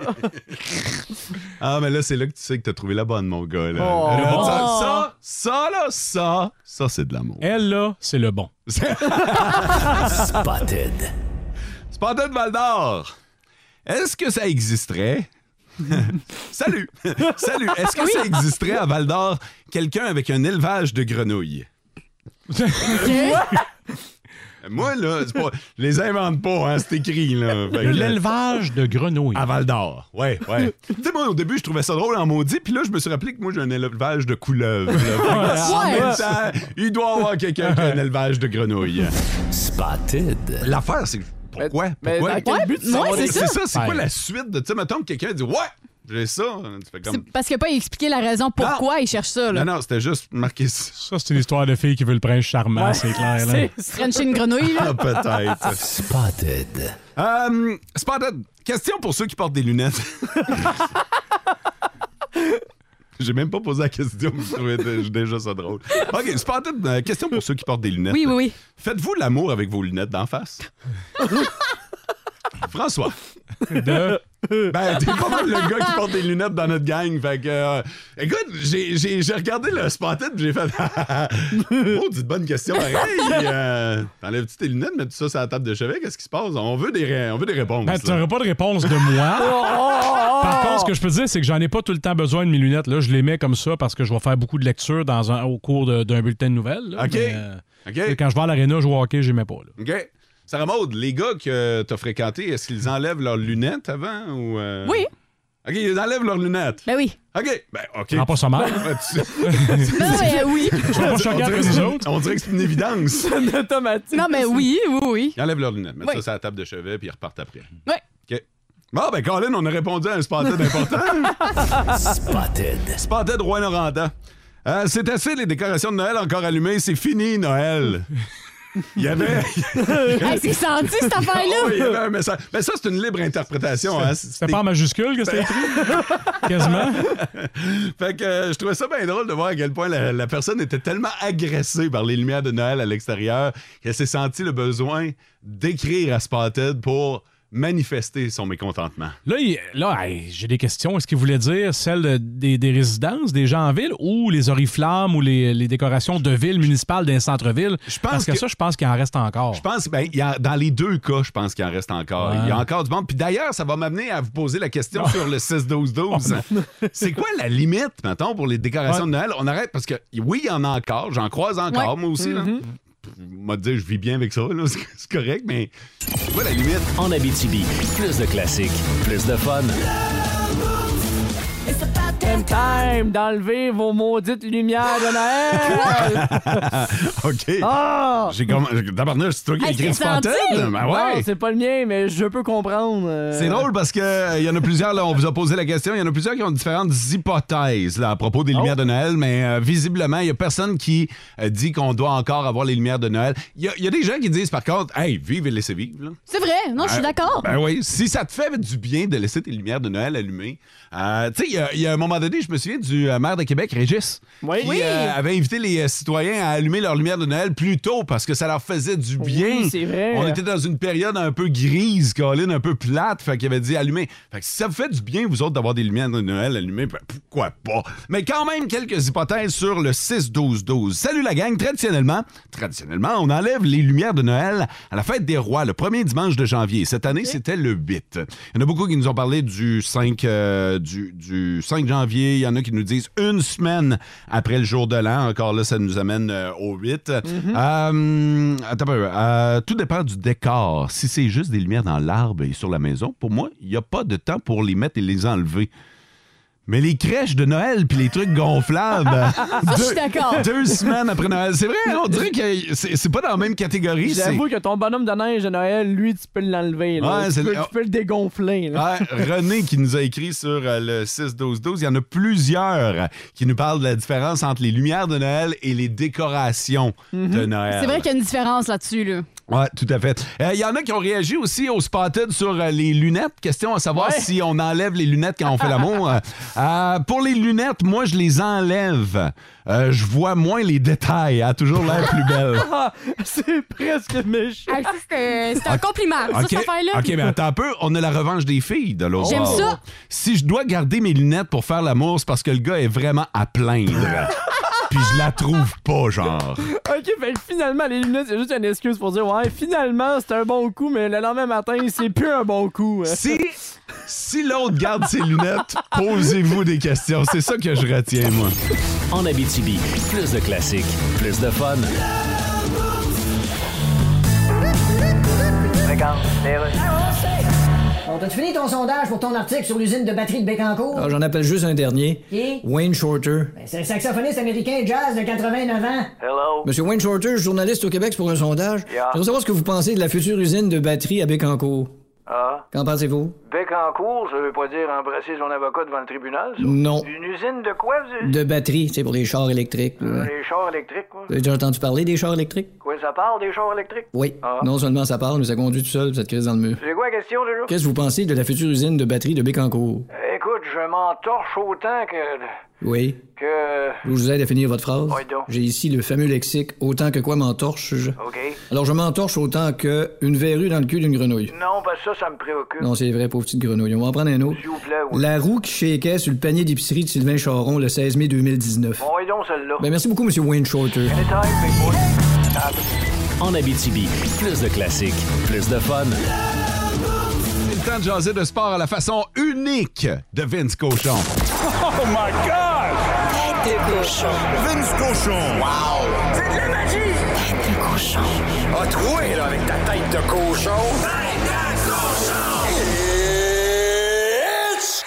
Ah, mais là, c'est là que tu sais que t'as trouvé la bonne, mon gars. Là. Oh. Ça, c'est de l'amour. Elle, là, c'est le bon. Spotted. Spotted Val-d'Or. Est-ce que ça existerait? Salut! Salut! Est-ce que ça existerait à Val-d'Or quelqu'un avec un élevage de grenouilles? Moi, là, c'est pas, je les invente pas, hein, c'est écrit, là. L'élevage de grenouilles. À Val-d'Or, ouais. Tu sais, moi, au début, je trouvais ça drôle en maudit, puis là, je me suis rappelé que moi, j'ai un élevage de couleuvres. En même temps, il doit y avoir quelqu'un qui a un élevage de grenouilles. Spotted. L'affaire, c'est pourquoi? Mais dans quel but c'est ça, c'est quoi la suite de, tu sais, mettons que quelqu'un dit, ouais! J'ai ça. Tu fais comme... C'est parce qu'il n'a pas expliqué la raison pourquoi il cherche ça. Là. Non, c'était juste marqué ça. Ça, c'est une histoire de fille qui veut le prince charmant, c'est clair. Là. Frencher une grenouille, là. Ah, peut-être. Spotted. Spotted. Question pour ceux qui portent des lunettes. J'ai même pas posé la question, mais je trouvais déjà ça drôle. OK, Spotted. Question pour ceux qui portent des lunettes. Oui. Faites-vous l'amour avec vos lunettes d'en face? François. Ben, t'es pas mal le gars qui porte des lunettes dans notre gang. Fait que, écoute, j'ai regardé le Spotted et j'ai fait oh, dis bonne question. T'enlèves-tu tes lunettes, mets-tu ça sur la table de chevet? Qu'est-ce qui se passe? On veut des réponses. Ben, t'auras pas de réponse de moi. Par contre, ce que je peux dire, c'est que j'en ai pas tout le temps besoin de mes lunettes. Là, je les mets comme ça parce que je vais faire beaucoup de lecture au cours d'un bulletin de nouvelles. Là. OK. Mais, quand je vais à l'aréna jouer au hockey, je les mets pas. Là. OK. Sarah Maud, les gars que t'as fréquentés, est-ce qu'ils enlèvent leurs lunettes avant ou Oui. OK, ils enlèvent leurs lunettes. Ben oui. OK. Ben, OK. Ah, pas ça mal. Non, mais oui. Je vais pas choquer avec les autres. On dirait que c'est une évidence. C'est automatique. Non, mais oui. Ils enlèvent leurs lunettes, mettent ça sur la table de chevet puis ils repartent après. Oui. OK. Bon, ben, Colin, on a répondu à un Spotted important. Spotted. Spotted Rouen-Noranda. C'est assez les décorations de Noël encore allumées. C'est fini, Noël. Il y avait. Hey, c'est senti, cette affaire-là. Oh, il y avait un message. Mais ça, c'est une libre interprétation. C'était pas en majuscule que c'était écrit? Quasiment. Fait que je trouvais ça bien drôle de voir à quel point la personne était tellement agressée par les lumières de Noël à l'extérieur qu'elle s'est sentie le besoin d'écrire à Spotted pour manifester son mécontentement. Là, j'ai des questions. Est-ce qu'il voulait dire celles des résidences des gens en ville ou les oriflammes ou les décorations de ville municipales d'un centre-ville? Parce que ça, je pense qu'il en reste encore. Je pense, dans les deux cas, je pense qu'il en reste encore. Ouais. Il y a encore du monde. Puis d'ailleurs, ça va m'amener à vous poser la question sur le 6-12-12. C'est quoi la limite, mettons, pour les décorations de Noël? On arrête parce que, oui, il y en a encore. J'en croise encore, moi aussi. Là. M'a dit, je vis bien avec ça, là. C'est correct, mais c'est quoi la limite? En Abitibi, plus de classiques, plus de fun. Time d'enlever vos maudites lumières de Noël! OK. Ah! D'abord, c'est toi qui as écrit ce pattern? Ben ouais. Non, c'est pas le mien, mais je peux comprendre. C'est drôle parce que y en a plusieurs, là, on vous a posé la question, il y en a plusieurs qui ont différentes hypothèses là, à propos des lumières de Noël, mais visiblement, il y a personne qui dit qu'on doit encore avoir les lumières de Noël. Il y a des gens qui disent, par contre, hey, vive et laissez vivre. Là. C'est vrai, non, je suis d'accord. Ben oui, si ça te fait du bien de laisser tes lumières de Noël allumées. Tu sais, il y a un moment donné, je me souviens du maire de Québec, Régis, qui avait invité les citoyens à allumer leurs lumières de Noël plus tôt parce que ça leur faisait du bien. Oui, c'est vrai. On était dans une période un peu grise, Colin, un peu plate, fait qu'il avait dit allumer. Fait que si ça vous fait du bien, vous autres, d'avoir des lumières de Noël allumées, ben, pourquoi pas? Mais quand même, quelques hypothèses sur le 6-12-12. Salut la gang, traditionnellement, on enlève les lumières de Noël à la fête des rois, le premier dimanche de janvier. Cette année, c'était le 8. Il y en a beaucoup qui nous ont parlé du 5 janvier. Il y en a qui nous disent une semaine après le jour de l'an. Encore là, ça nous amène au 8. Attends un peu. Tout dépend du décor. Si c'est juste des lumières dans l'arbre et sur la maison, pour moi, il n'y a pas de temps pour les mettre et les enlever. Mais les crèches de Noël puis les trucs gonflables, je suis d'accord. 2 semaines après Noël, c'est vrai, on dirait que c'est pas dans la même catégorie. J'avoue que ton bonhomme de neige de Noël, lui, tu peux l'enlever. Là. Ouais, tu peux le dégonfler. Là. Ouais, René qui nous a écrit sur le 6-12-12, il y en a plusieurs qui nous parlent de la différence entre les lumières de Noël et les décorations de Noël. C'est vrai qu'il y a une différence là-dessus, là. Oui, tout à fait. Il y en a qui ont réagi aussi au Spotted sur les lunettes. Question à savoir si on enlève les lunettes quand on fait l'amour. Pour les lunettes, moi, je les enlève. Je vois moins les détails. Elle a toujours l'air plus belle. C'est presque méchant. C'est un compliment, cette affaire-là. OK, mais attends un peu. On a la revanche des filles de l'autre. J'aime ça. Si je dois garder mes lunettes pour faire l'amour, c'est parce que le gars est vraiment à plaindre. Puis je la trouve pas, genre. OK, fait que finalement, les lunettes, c'est juste une excuse pour dire, ouais, finalement, c'est un bon coup, mais le lendemain matin, c'est plus un bon coup. Si l'autre garde ses lunettes, posez-vous des questions. C'est ça que je retiens, moi. En Abitibi, plus de classiques, plus de fun. Regarde, Bon, t'as-tu fini ton sondage pour ton article sur l'usine de batterie de Bécancour? Alors, j'en appelle juste un dernier. Qui? Wayne Shorter. Ben, c'est un saxophoniste américain jazz de 89 ans. Hello. Monsieur Wayne Shorter, journaliste au Québec pour un sondage. Yeah. J'aimerais savoir ce que vous pensez de la future usine de batterie à Bécancour. Ah. Qu'en pensez-vous? Bécancour, ça veut pas dire embrasser son avocat devant le tribunal, ça? Non. Une usine de quoi, vous? De batterie, c'est pour les chars électriques. Là. Les chars électriques, quoi. Vous avez déjà entendu parler des chars électriques? Quoi, ça parle des chars électriques? Oui. Ah. Non seulement ça parle, mais ça conduit tout seul, cette crise dans le mur. C'est quoi la question, déjà? Qu'est-ce que vous pensez de la future usine de batterie de Bécancour? Écoute, je m'en torche autant que... Oui. Je vous aide à finir votre phrase. Oui, donc. J'ai ici le fameux lexique « autant que quoi m'entorche-je ». OK. Alors, je m'entorche autant que une verrue dans le cul d'une grenouille. Non, parce que ça me préoccupe. Non, c'est vrai, pauvre petite grenouille. On va en prendre un autre. S'il vous plaît, oui. La roue qui shakeait sur le panier d'épicerie de Sylvain Charon le 16 mai 2019. Bon, oui, donc, celle-là. Ben, merci beaucoup, Monsieur Wayne Shorter. Anytime, big boy. En Abitibi, plus de classiques, plus de fun. C'est le temps de jaser de sport à la façon unique de Vince Cochon. Oh my God! Tête de cochon. Vince Cochon! Wow! C'est de la magie! Tête de cochon. A troué, là, avec ta tête de cochon. Tête de cochon! It's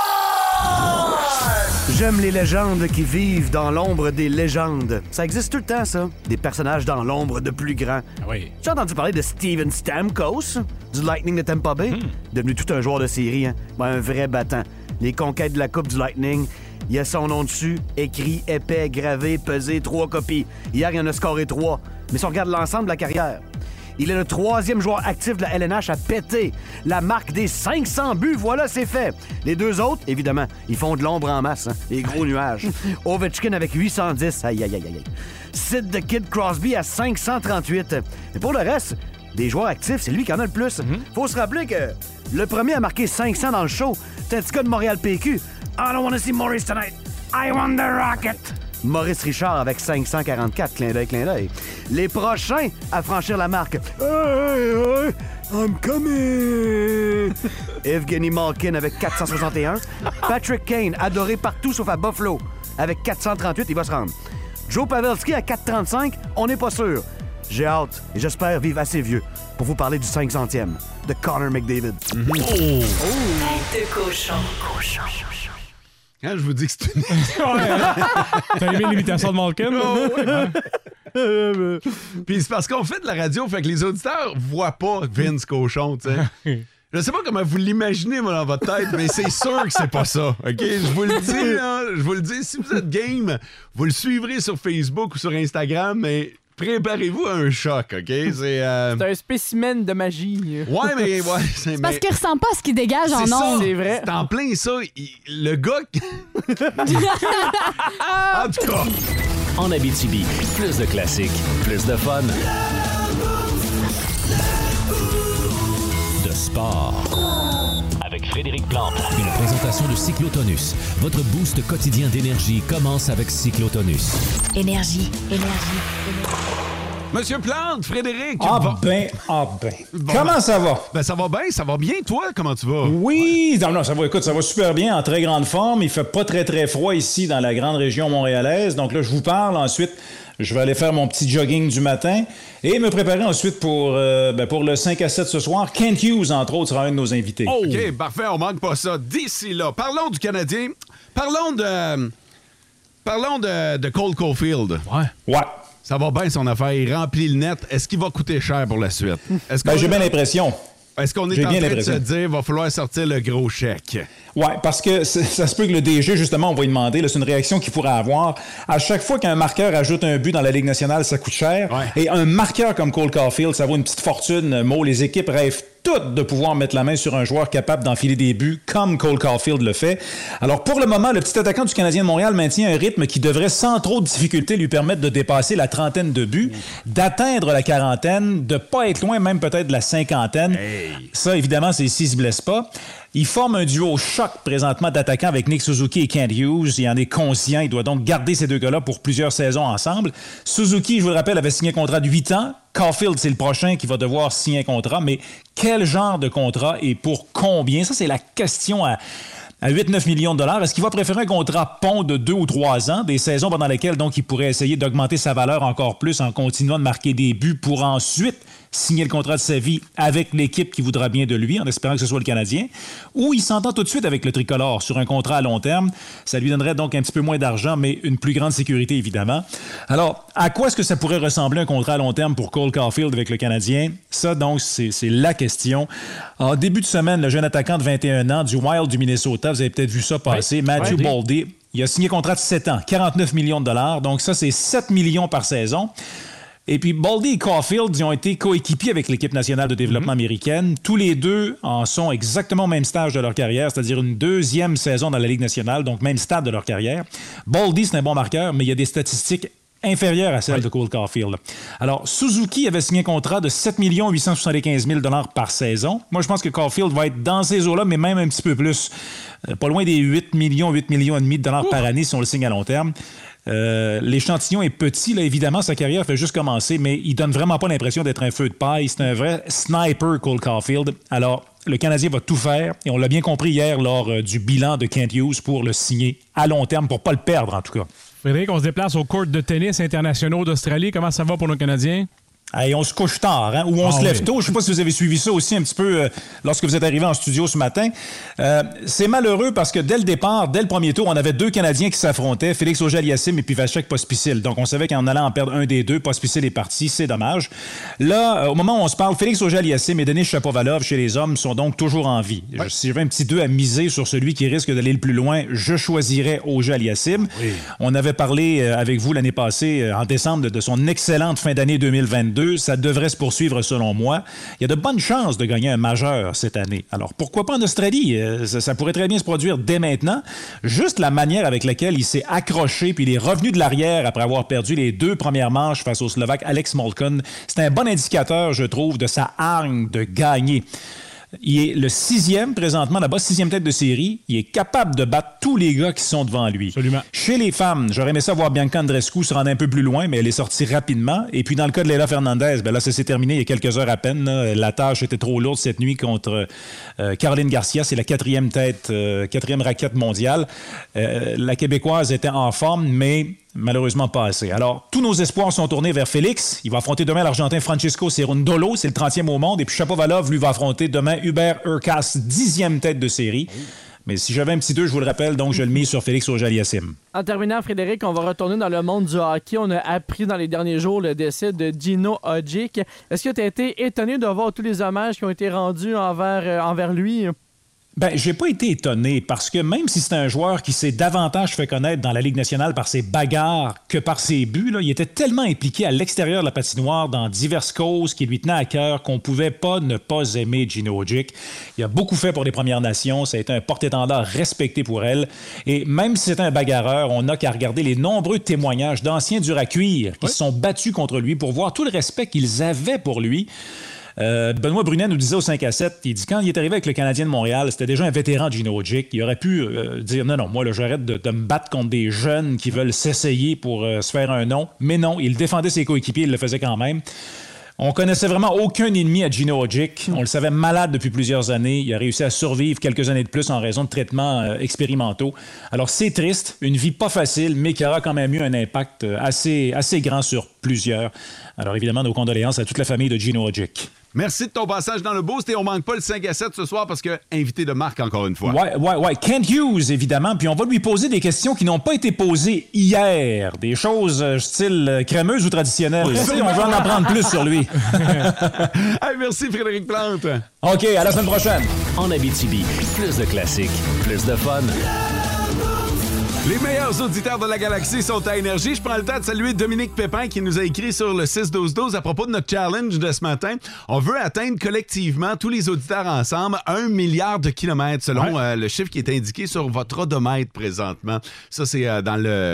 time! J'aime les légendes qui vivent dans l'ombre des légendes. Ça existe tout le temps, ça. Des personnages dans l'ombre de plus grands. Oui. J'ai entendu parler de Steven Stamkos, du Lightning de Tampa Bay. Devenu tout un joueur de série, hein. Ben, un vrai battant. Les conquêtes de la Coupe du Lightning, il y a son nom dessus, écrit, épais, gravé, pesé, 3 copies. Hier, il en a scoré 3. Mais si on regarde l'ensemble de la carrière, il est le 3e joueur actif de la LNH à péter la marque des 500 buts. Voilà, c'est fait. Les 2 autres, évidemment, ils font de l'ombre en masse, hein, les gros nuages. Ovechkin avec 810, aïe, aïe, aïe, aïe. Sid the Kid Crosby à 538. Et pour le reste, Des joueurs actifs, c'est lui qui en a le plus. Faut se rappeler que le premier a marqué 500 dans le show. C'est un petit gars de Montréal PQ. I don't want to see Maurice tonight. I want the Rocket. Maurice Richard avec 544, clin d'œil. Les prochains à franchir la marque. Hey, I'm coming! Evgeny Malkin avec 461. Patrick Kane, adoré partout sauf à Buffalo, avec 438, il va se rendre. Joe Pavelski à 435, on n'est pas sûr. J'ai hâte et j'espère vivre assez vieux pour vous parler du 500e de Connor McDavid. Tête de cochon. Quand je vous dis que c'est une... T'as aimé l'imitation de Malkin? Puis c'est parce qu'on fait de la radio, fait que les auditeurs voient pas Vince Cochon, tu sais. Je sais pas comment vous l'imaginez, moi, dans votre tête, mais c'est sûr que c'est pas ça, OK? Je vous le dis, là, si vous êtes game, vous le suivrez sur Facebook ou sur Instagram, mais... Préparez-vous à un choc, OK? C'est un spécimen de magie. Ouais, mais... C'est parce qu'il ressemble pas à ce qu'il dégage en ondes. C'est vrai. C'est en plein ça. Le gars... En tout cas... En Abitibi, plus de classiques, plus de fun. De sport. Avec Frédéric Plante. Une présentation de Cyclotonus. Votre boost quotidien d'énergie commence avec Cyclotonus. Énergie. Monsieur Plante, Frédéric. Bon. Comment ça va? Ben, ça va bien. Toi, comment tu vas? Oui, non, ça va super bien, en très grande forme. Il fait pas très, très froid ici dans la grande région montréalaise. Donc là, je vous parle. Ensuite, je vais aller faire mon petit jogging du matin et me préparer ensuite pour le 5 à 7 ce soir. Kent Hughes, entre autres, sera un de nos invités. Oh. OK, parfait, on manque pas ça. D'ici là, parlons du Canadien. Parlons de Cole Caulfield. Ouais. Ça va bien, son affaire. Il remplit le net. Est-ce qu'il va coûter cher pour la suite? J'ai bien l'impression. Est-ce qu'on est en train de se dire qu'il va falloir sortir le gros chèque? Oui, parce que ça se peut que le DG, justement, on va lui demander, là, c'est une réaction qu'il pourrait avoir. À chaque fois qu'un marqueur ajoute un but dans la Ligue nationale, ça coûte cher. Ouais. Et un marqueur comme Cole Caulfield, ça vaut une petite fortune. Les équipes rêvent toutes de pouvoir mettre la main sur un joueur capable d'enfiler des buts comme Cole Caulfield le fait. Alors, pour le moment, le petit attaquant du Canadien de Montréal maintient un rythme qui devrait, sans trop de difficulté, lui permettre de dépasser la trentaine de buts, d'atteindre la quarantaine, de pas être loin même peut-être de la cinquantaine. Hey. Ça, évidemment, c'est s'il se blesse pas. Il forme un duo choc présentement d'attaquants avec Nick Suzuki et Kent Hughes. Il en est conscient. Il doit donc garder ces deux gars-là pour plusieurs saisons ensemble. Suzuki, je vous le rappelle, avait signé un contrat de 8 ans. Caulfield, c'est le prochain qui va devoir signer un contrat. Mais quel genre de contrat et pour combien? Ça, c'est la question à 8-9 millions de dollars. Est-ce qu'il va préférer un contrat pont de 2 ou 3 ans, des saisons pendant lesquelles donc il pourrait essayer d'augmenter sa valeur encore plus en continuant de marquer des buts pour ensuite signer le contrat de sa vie avec l'équipe qui voudra bien de lui, en espérant que ce soit le Canadien, ou il s'entend tout de suite avec le tricolore sur un contrat à long terme. Ça lui donnerait donc un petit peu moins d'argent, mais une plus grande sécurité, évidemment. Alors, à quoi est-ce que ça pourrait ressembler un contrat à long terme pour Cole Caulfield avec le Canadien? Ça, donc, c'est la question. En début de semaine, le jeune attaquant de 21 ans du Wild du Minnesota, vous avez peut-être vu ça passer, Matthew Boldy, il a signé un contrat de 7 ans, 49 millions de dollars. Donc ça, c'est 7 millions par saison. Et puis, Boldy et Caulfield, ils ont été coéquipiers avec l'équipe nationale de développement américaine. Tous les deux en sont exactement au même stage de leur carrière, c'est-à-dire une deuxième saison dans la Ligue nationale, donc même stade de leur carrière. Boldy, c'est un bon marqueur, mais il y a des statistiques inférieures à celles de Cole Caulfield. Alors, Suzuki avait signé un contrat de 7 875 000 $ par saison. Moi, je pense que Caulfield va être dans ces eaux-là, mais même un petit peu plus. Pas loin des 8 millions et demi de dollars par année si on le signe à long terme. L'échantillon est petit, là, évidemment, sa carrière fait juste commencer, mais il donne vraiment pas l'impression d'être un feu de paille. C'est un vrai sniper, Cole Caulfield. Alors, le Canadien va tout faire, et on l'a bien compris hier lors du bilan de Kent Hughes pour le signer à long terme, pour pas le perdre, en tout cas. Frédéric, on se déplace au court de tennis internationaux d'Australie. Comment ça va pour nos Canadiens? Hey, on se couche tard, hein? Ou on se lève tôt. Je ne sais pas si vous avez suivi ça aussi un petit peu lorsque vous êtes arrivé en studio ce matin. C'est malheureux parce que dès le départ, dès le premier tour, on avait deux Canadiens qui s'affrontaient, Félix Auger-Aliassime et puis Vasek Pospisil. Donc, on savait qu'en allant en perdre un des deux, Pospisil est parti. C'est dommage. Là, au moment où on se parle, Félix Auger-Aliassime et Denis Shapovalov chez les hommes sont donc toujours en vie. Ouais. Si j'avais un petit 2 à miser sur celui qui risque d'aller le plus loin, je choisirais Auger-Aliassime. Oui. On avait parlé avec vous l'année passée, en décembre, de son excellente fin d'année 2022. 2022. Ça devrait se poursuivre selon moi. Il y a de bonnes chances de gagner un majeur cette année. Alors pourquoi pas en Australie? Ça pourrait très bien se produire dès maintenant. Juste la manière avec laquelle il s'est accroché puis il est revenu de l'arrière après avoir perdu les 2 premières manches face au Slovaque Alex Molkon, c'est un bon indicateur, je trouve, de sa hargne de gagner. Il est le 6e présentement, là-bas, 6e tête de série. Il est capable de battre tous les gars qui sont devant lui. Absolument. Chez les femmes, j'aurais aimé ça voir Bianca Andreescu se rendre un peu plus loin, mais elle est sortie rapidement. Et puis dans le cas de Leila Fernandez, ben là, ça s'est terminé il y a quelques heures à peine. Là. La tâche était trop lourde cette nuit contre Caroline Garcia. C'est la 4e tête, 4e raquette mondiale. La Québécoise était en forme, mais malheureusement pas assez. Alors, tous nos espoirs sont tournés vers Félix. Il va affronter demain l'Argentin Francisco Cerundolo, c'est le 30e au monde. Et puis Shapovalov, lui, va affronter demain Hubert Hurkacz, 10e tête de série. Mais si j'avais un petit 2, je vous le rappelle, donc je le mise sur Félix Auger-Aliassime. En terminant, Frédéric, on va retourner dans le monde du hockey. On a appris dans les derniers jours le décès de Gino Hodgick. Est-ce que tu as été étonné de voir tous les hommages qui ont été rendus envers lui? Ben, j'ai pas été étonné parce que même si c'est un joueur qui s'est davantage fait connaître dans la Ligue nationale par ses bagarres que par ses buts, là, il était tellement impliqué à l'extérieur de la patinoire dans diverses causes qui lui tenaient à cœur qu'on pouvait pas ne pas aimer Gino Hodgick. Il a beaucoup fait pour les Premières Nations, ça a été un porte-étendard respecté pour elle. Et même si c'était un bagarreur, on n'a qu'à regarder les nombreux témoignages d'anciens durs à cuire qui se sont battus contre lui pour voir tout le respect qu'ils avaient pour lui. Benoît Brunet nous disait au 5 à 7, il dit quand il est arrivé avec le Canadien de Montréal, c'était déjà un vétéran de Gino Hodgick. Il aurait pu dire non, moi là, j'arrête de me battre contre des jeunes qui veulent s'essayer pour se faire un nom. Mais non, il défendait ses coéquipiers, il le faisait quand même. On connaissait vraiment aucun ennemi à Gino Hodgick. On le savait malade depuis plusieurs années. Il a réussi à survivre quelques années de plus en raison de traitements expérimentaux. Alors c'est triste, une vie pas facile, mais qui aura quand même eu un impact assez grand sur plusieurs. Alors évidemment, nos condoléances à toute la famille de Gino Hodgick. Merci de ton passage dans le boost et on manque pas le 5 à 7 ce soir parce que invité de marque encore une fois. Ouais. Kent Hughes, évidemment. Puis on va lui poser des questions qui n'ont pas été posées hier. Des choses style crémeuse ou traditionnelle. On veut en apprendre plus sur lui. Hey, merci Frédéric Plante. OK, à la semaine prochaine. En Abitibi, plus de classiques, plus de fun. Les meilleurs auditeurs de la galaxie sont à Énergie. Je prends le temps de saluer Dominique Pépin qui nous a écrit sur le 6-12-12 à propos de notre challenge de ce matin. On veut atteindre collectivement, tous les auditeurs ensemble, 1 milliard de kilomètres selon le chiffre qui est indiqué sur votre odomètre présentement. Ça, c'est dans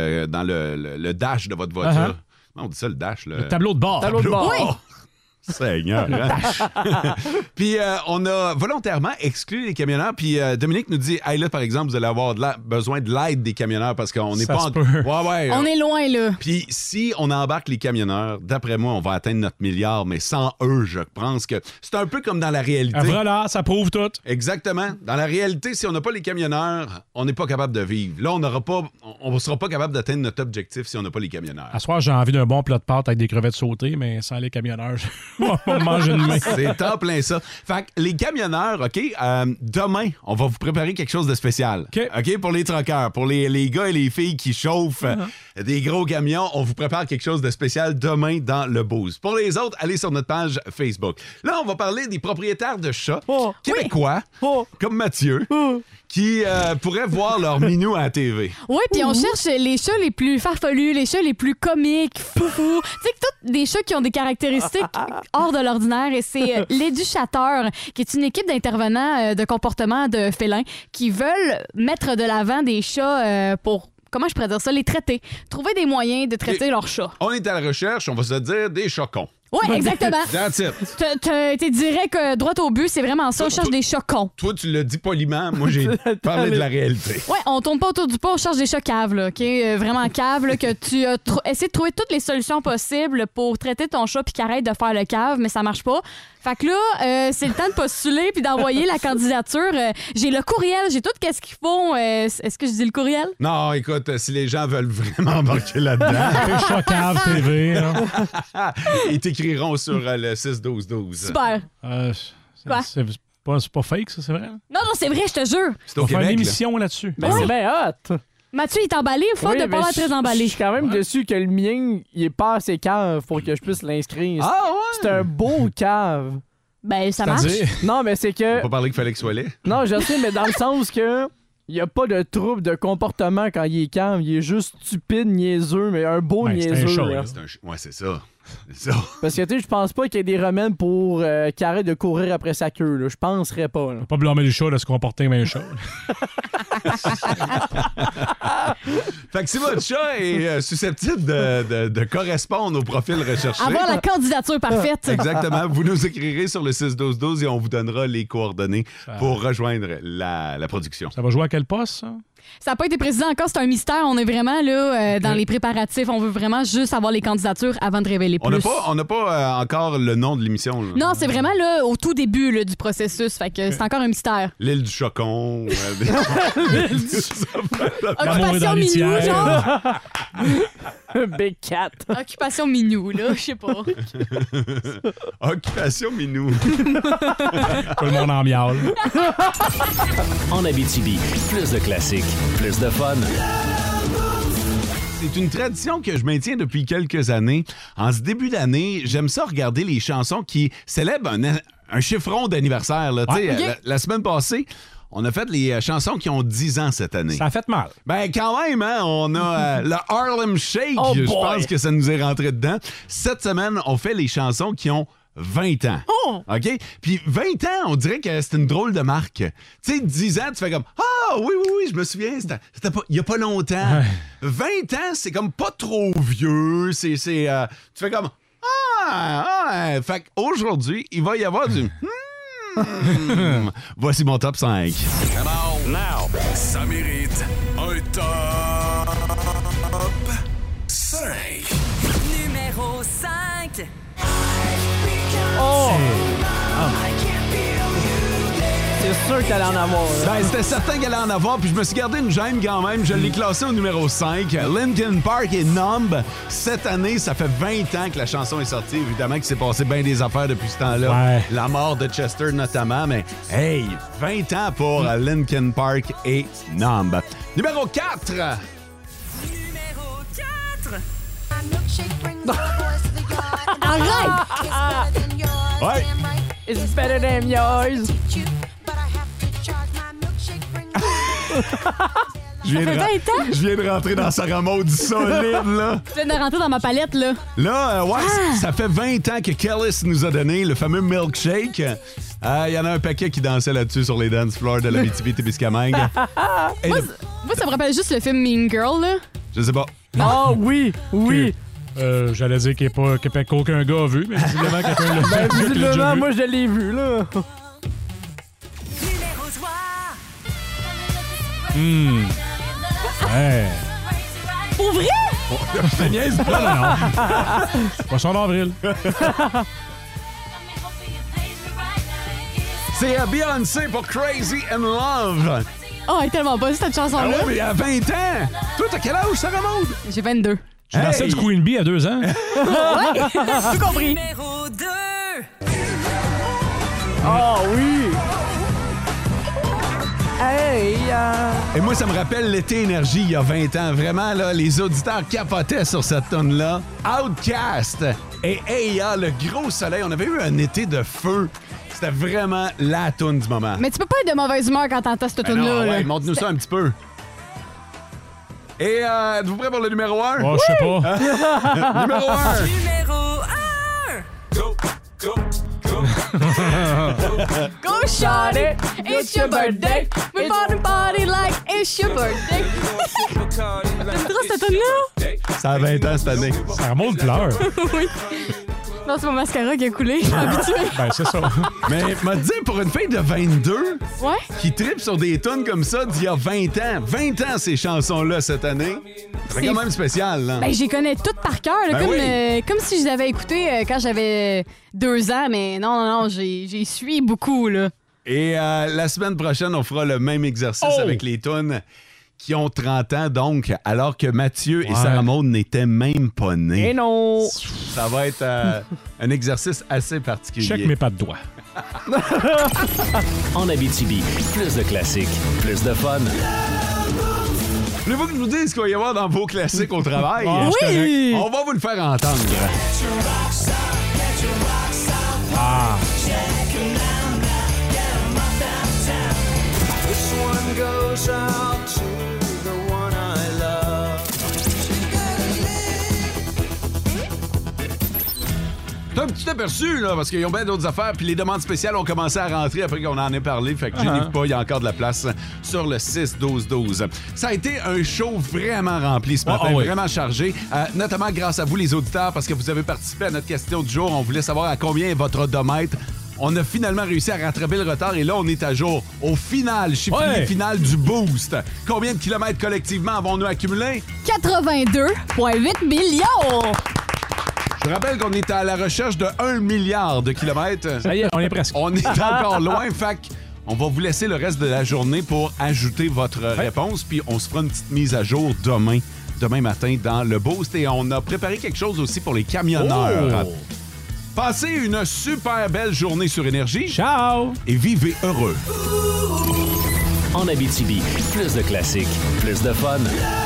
le dash de votre voiture. Non, on dit ça, le dash. Le tableau de bord. Oui! Seigneur, hein? Puis on a volontairement exclu les camionneurs. Puis Dominique nous dit, hey, là, par exemple, vous allez avoir besoin de l'aide des camionneurs parce qu'on n'est pas en... On est loin, là. Puis si on embarque les camionneurs, d'après moi, on va atteindre notre milliard, mais sans eux, je pense que c'est un peu comme dans la réalité. Voilà, ça prouve tout. Exactement. Dans la réalité, si on n'a pas les camionneurs, on n'est pas capable de vivre. Là, on ne sera pas capable d'atteindre notre objectif si on n'a pas les camionneurs. À soir, j'ai envie d'un bon plat de pâtes avec des crevettes sautées, mais sans les camionneurs... On mange une main. C'est en plein ça. Fait que les camionneurs, OK, demain, on va vous préparer quelque chose de spécial. OK, pour les truckers, pour les gars et les filles qui chauffent des gros camions, on vous prépare quelque chose de spécial demain dans le Boost. Pour les autres, allez sur notre page Facebook. Là, on va parler des propriétaires de chats québécois, comme Mathieu, qui pourraient voir leur minou à la TV. Oui, puis on cherche les chats les plus farfelus, les chats les plus comiques, foufou. Tu sais, tous des chats qui ont des caractéristiques hors de l'ordinaire. Et c'est l'Éduchateur, qui est une équipe d'intervenants de comportement de félins qui veulent mettre de l'avant des chats pour... Comment je pourrais dire ça? Les traiter. Trouver des moyens de traiter leurs chats. On est à la recherche, on va se dire, des chats cons. Oui, exactement. That's it. T'es direct droit au but, c'est vraiment ça. On cherche des chats cons. Toi, tu l'as dit poliment. Moi, j'ai parlé de la réalité. Ouais, on tourne pas autour du pot, on cherche des chats caves, là, OK? Vraiment caves, là, que tu as essayé de trouver toutes les solutions possibles pour traiter ton chat puis qu'il arrête de faire le cave, mais ça marche pas. Fait que là, c'est le temps de postuler puis d'envoyer la candidature. J'ai le courriel, j'ai tout qu'est-ce qu'ils font. Est-ce que je dis le courriel? Non, écoute, si les gens veulent vraiment embarquer là-dedans... Chat cave TV, Ils t'écriront sur le 6-12-12. Super. Quoi? C'est pas fake, ça, c'est vrai? Non, c'est vrai, je te jure. C'est au Québec, on fait une émission là-dessus. Ben, c'est bien hot. Mathieu, il est emballé ou faut de pas être très emballé? Je suis quand même déçu que le mien, il est pas assez cave pour que je puisse l'inscrire. Ah ouais? C'est un beau cave. Ben, ça marche. Non, mais c'est que... On va pas parler qu'il fallait qu'il soit laid. Non, je sais, mais dans le sens que... Il n'y a pas de trouble de comportement quand il est calme. Il est juste stupide, niaiseux, mais un beau niaiseux. Ouais, c'est ça. Parce que, tu sais, je pense pas qu'il y ait des remèdes pour qu'il arrête de courir après sa queue. Là. Je penserais pas. Là. Pas blâmer le chat de se comporter comme un chat. Fait que si votre chat est susceptible de correspondre au profil recherché... Avoir la candidature parfaite. Exactement. Vous nous écrirez sur le 6-12-12 et on vous donnera les coordonnées pour rejoindre la production. Ça va jouer à quel poste, ça? Ça n'a pas été précisé encore, c'est un mystère. On est vraiment là dans les préparatifs. On veut vraiment juste avoir les candidatures avant de révéler plus. On n'a pas encore le nom de l'émission. Là. Non, c'est vraiment là au tout début là, du processus. Fait que c'est encore un mystère. L'île du Chocon. Occupation Minou, genre. Big Cat. Occupation Minou, là, je sais pas. Occupation Minou. Tout le monde en miaule. En Abitibi, plus de classiques, plus de fun. C'est une tradition que je maintiens depuis quelques années. En ce début d'année, j'aime ça regarder les chansons qui célèbrent un chiffron d'anniversaire. Là. Ouais. Okay. La semaine passée, on a fait les chansons qui ont 10 ans cette année. Ça a fait mal. Ben quand même, hein, on a le Harlem Shake. Oh je boy. pense que ça nous est rentré dedans. Cette semaine, on fait les chansons qui ont 20 ans. Oh! OK? Puis 20 ans, on dirait que c'est une drôle de marque. Tu sais, 10 ans, tu fais comme ah oui, je me souviens, c'était pas il y a pas longtemps. 20 ans, c'est comme pas trop vieux, tu fais comme fait qu'aujourd'hui, il va y avoir du voici mon top 5. Come on. Now. Ça mérite un top 5. Numéro 5. Oh! C'est sûr qu'elle en avoir. Ben, c'était certain qu'elle allait en avoir, puis je me suis gardé une gêne quand même. Je l'ai classé au numéro 5. Linkin Park et Numb. Cette année, ça fait 20 ans que la chanson est sortie. Évidemment qu'il s'est passé bien des affaires depuis ce temps-là. Ouais. La mort de Chester notamment, mais hey, 20 ans pour Linkin Park et Numb. Numéro 4. Numéro 4. Arrête! Ouais. It's better than yours. Je viens, fait 20 ans? Je viens de rentrer dans Sarah Maud solide, là. Je viens de rentrer dans ma palette, là. Là, ça fait 20 ans que Kellis nous a donné le fameux milkshake. Il y en a un paquet qui dansait là-dessus sur les dance floors de la BTB-Témiscamingue. Moi, ça me rappelle juste le film Mean Girl, là. Je sais pas. Ah oui. J'allais dire qu'aucun gars a vu, mais visiblement quelqu'un l'a vu. Ben, visiblement, moi, je l'ai vu, là. Numéro 3. Ouais. Pour vrai? Je te niaise pas. Non. Poisson d'avril. C'est Beyoncé pour Crazy in Love. Oh, elle est tellement bonne, cette chanson-là. Ah ouais, mais il y a 20 ans. Toi, t'as quel âge, Sarah Maud? J'ai 22. Je dansais du Queen Bee à 2 ans. Ouais, tout compris. Numéro 2. Oh oui. Hey, Et moi, ça me rappelle l'été Énergie il y a 20 ans. Vraiment, là, les auditeurs capotaient sur cette tonne-là. Outcast et Aya, le gros soleil. On avait eu un été de feu. C'était vraiment la toune du moment. Mais tu peux pas être de mauvaise humeur quand t'entends cette Ben tune-là. non, ouais, là. montre-nous ça un petit peu. Et êtes-vous prêts pour le numéro 1? Oh, je sais pas. Numéro 1! Numéro 1. Go, go, go. Go, shawty, it's your birthday. We party like it's your birthday. C'est drôle, cette tune-là? Ça a 20 ans cette année. Ça remonte pleure. Oui. Non, c'est mon mascara qui a coulé, je suis habituée. Ben, c'est ça. Mais m'a dit, pour une fille de 22 Ouais? qui tripe sur des tunes comme ça d'il y a 20 ans, 20 ans ces chansons-là cette année, c'est quand même spécial, là. Ben, j'y connais toutes par cœur, là, Ben comme si je les avais écoutées quand j'avais 2 ans, mais non, j'ai suivi beaucoup, là. Et la semaine prochaine, on fera le même exercice avec les tunes qui ont 30 ans, donc, alors que Mathieu et Sarah Maud n'étaient même pas nés. Et non! Ça va être un exercice assez particulier. Check mes pas de doigts. En Abitibi, plus de classiques, plus de fun. Voulez-vous que je vous dise ce qu'il va y avoir dans vos classiques au travail? Oui! On va vous le faire entendre. Ah! This one goes out to the one I love. petit aperçu, là, parce qu'ils ont bien d'autres affaires. Puis les demandes spéciales ont commencé à rentrer après qu'on en ait parlé. Fait que gênez-vous pas, il y a encore de la place sur le 6-12-12. Ça a été un show vraiment rempli ce matin, vraiment chargé. Notamment grâce à vous, les auditeurs, parce que vous avez participé à notre question du jour. On voulait savoir à combien est votre odomètre. On a finalement réussi à rattraper le retard et là, on est à jour. Au final, chiffre final du Boost. Combien de kilomètres collectivement avons-nous accumulé? 82,8 millions! Je rappelle qu'on est à la recherche de 1 milliard de kilomètres. Ça y est, on est presque. On est encore loin, fait on va vous laisser le reste de la journée pour ajouter votre réponse, puis on se fera une petite mise à jour demain matin dans le Boost. Et on a préparé quelque chose aussi pour les camionneurs. Passez une super belle journée sur Énergie. Ciao! Et vivez heureux. En Abitibi, plus de classiques, plus de fun.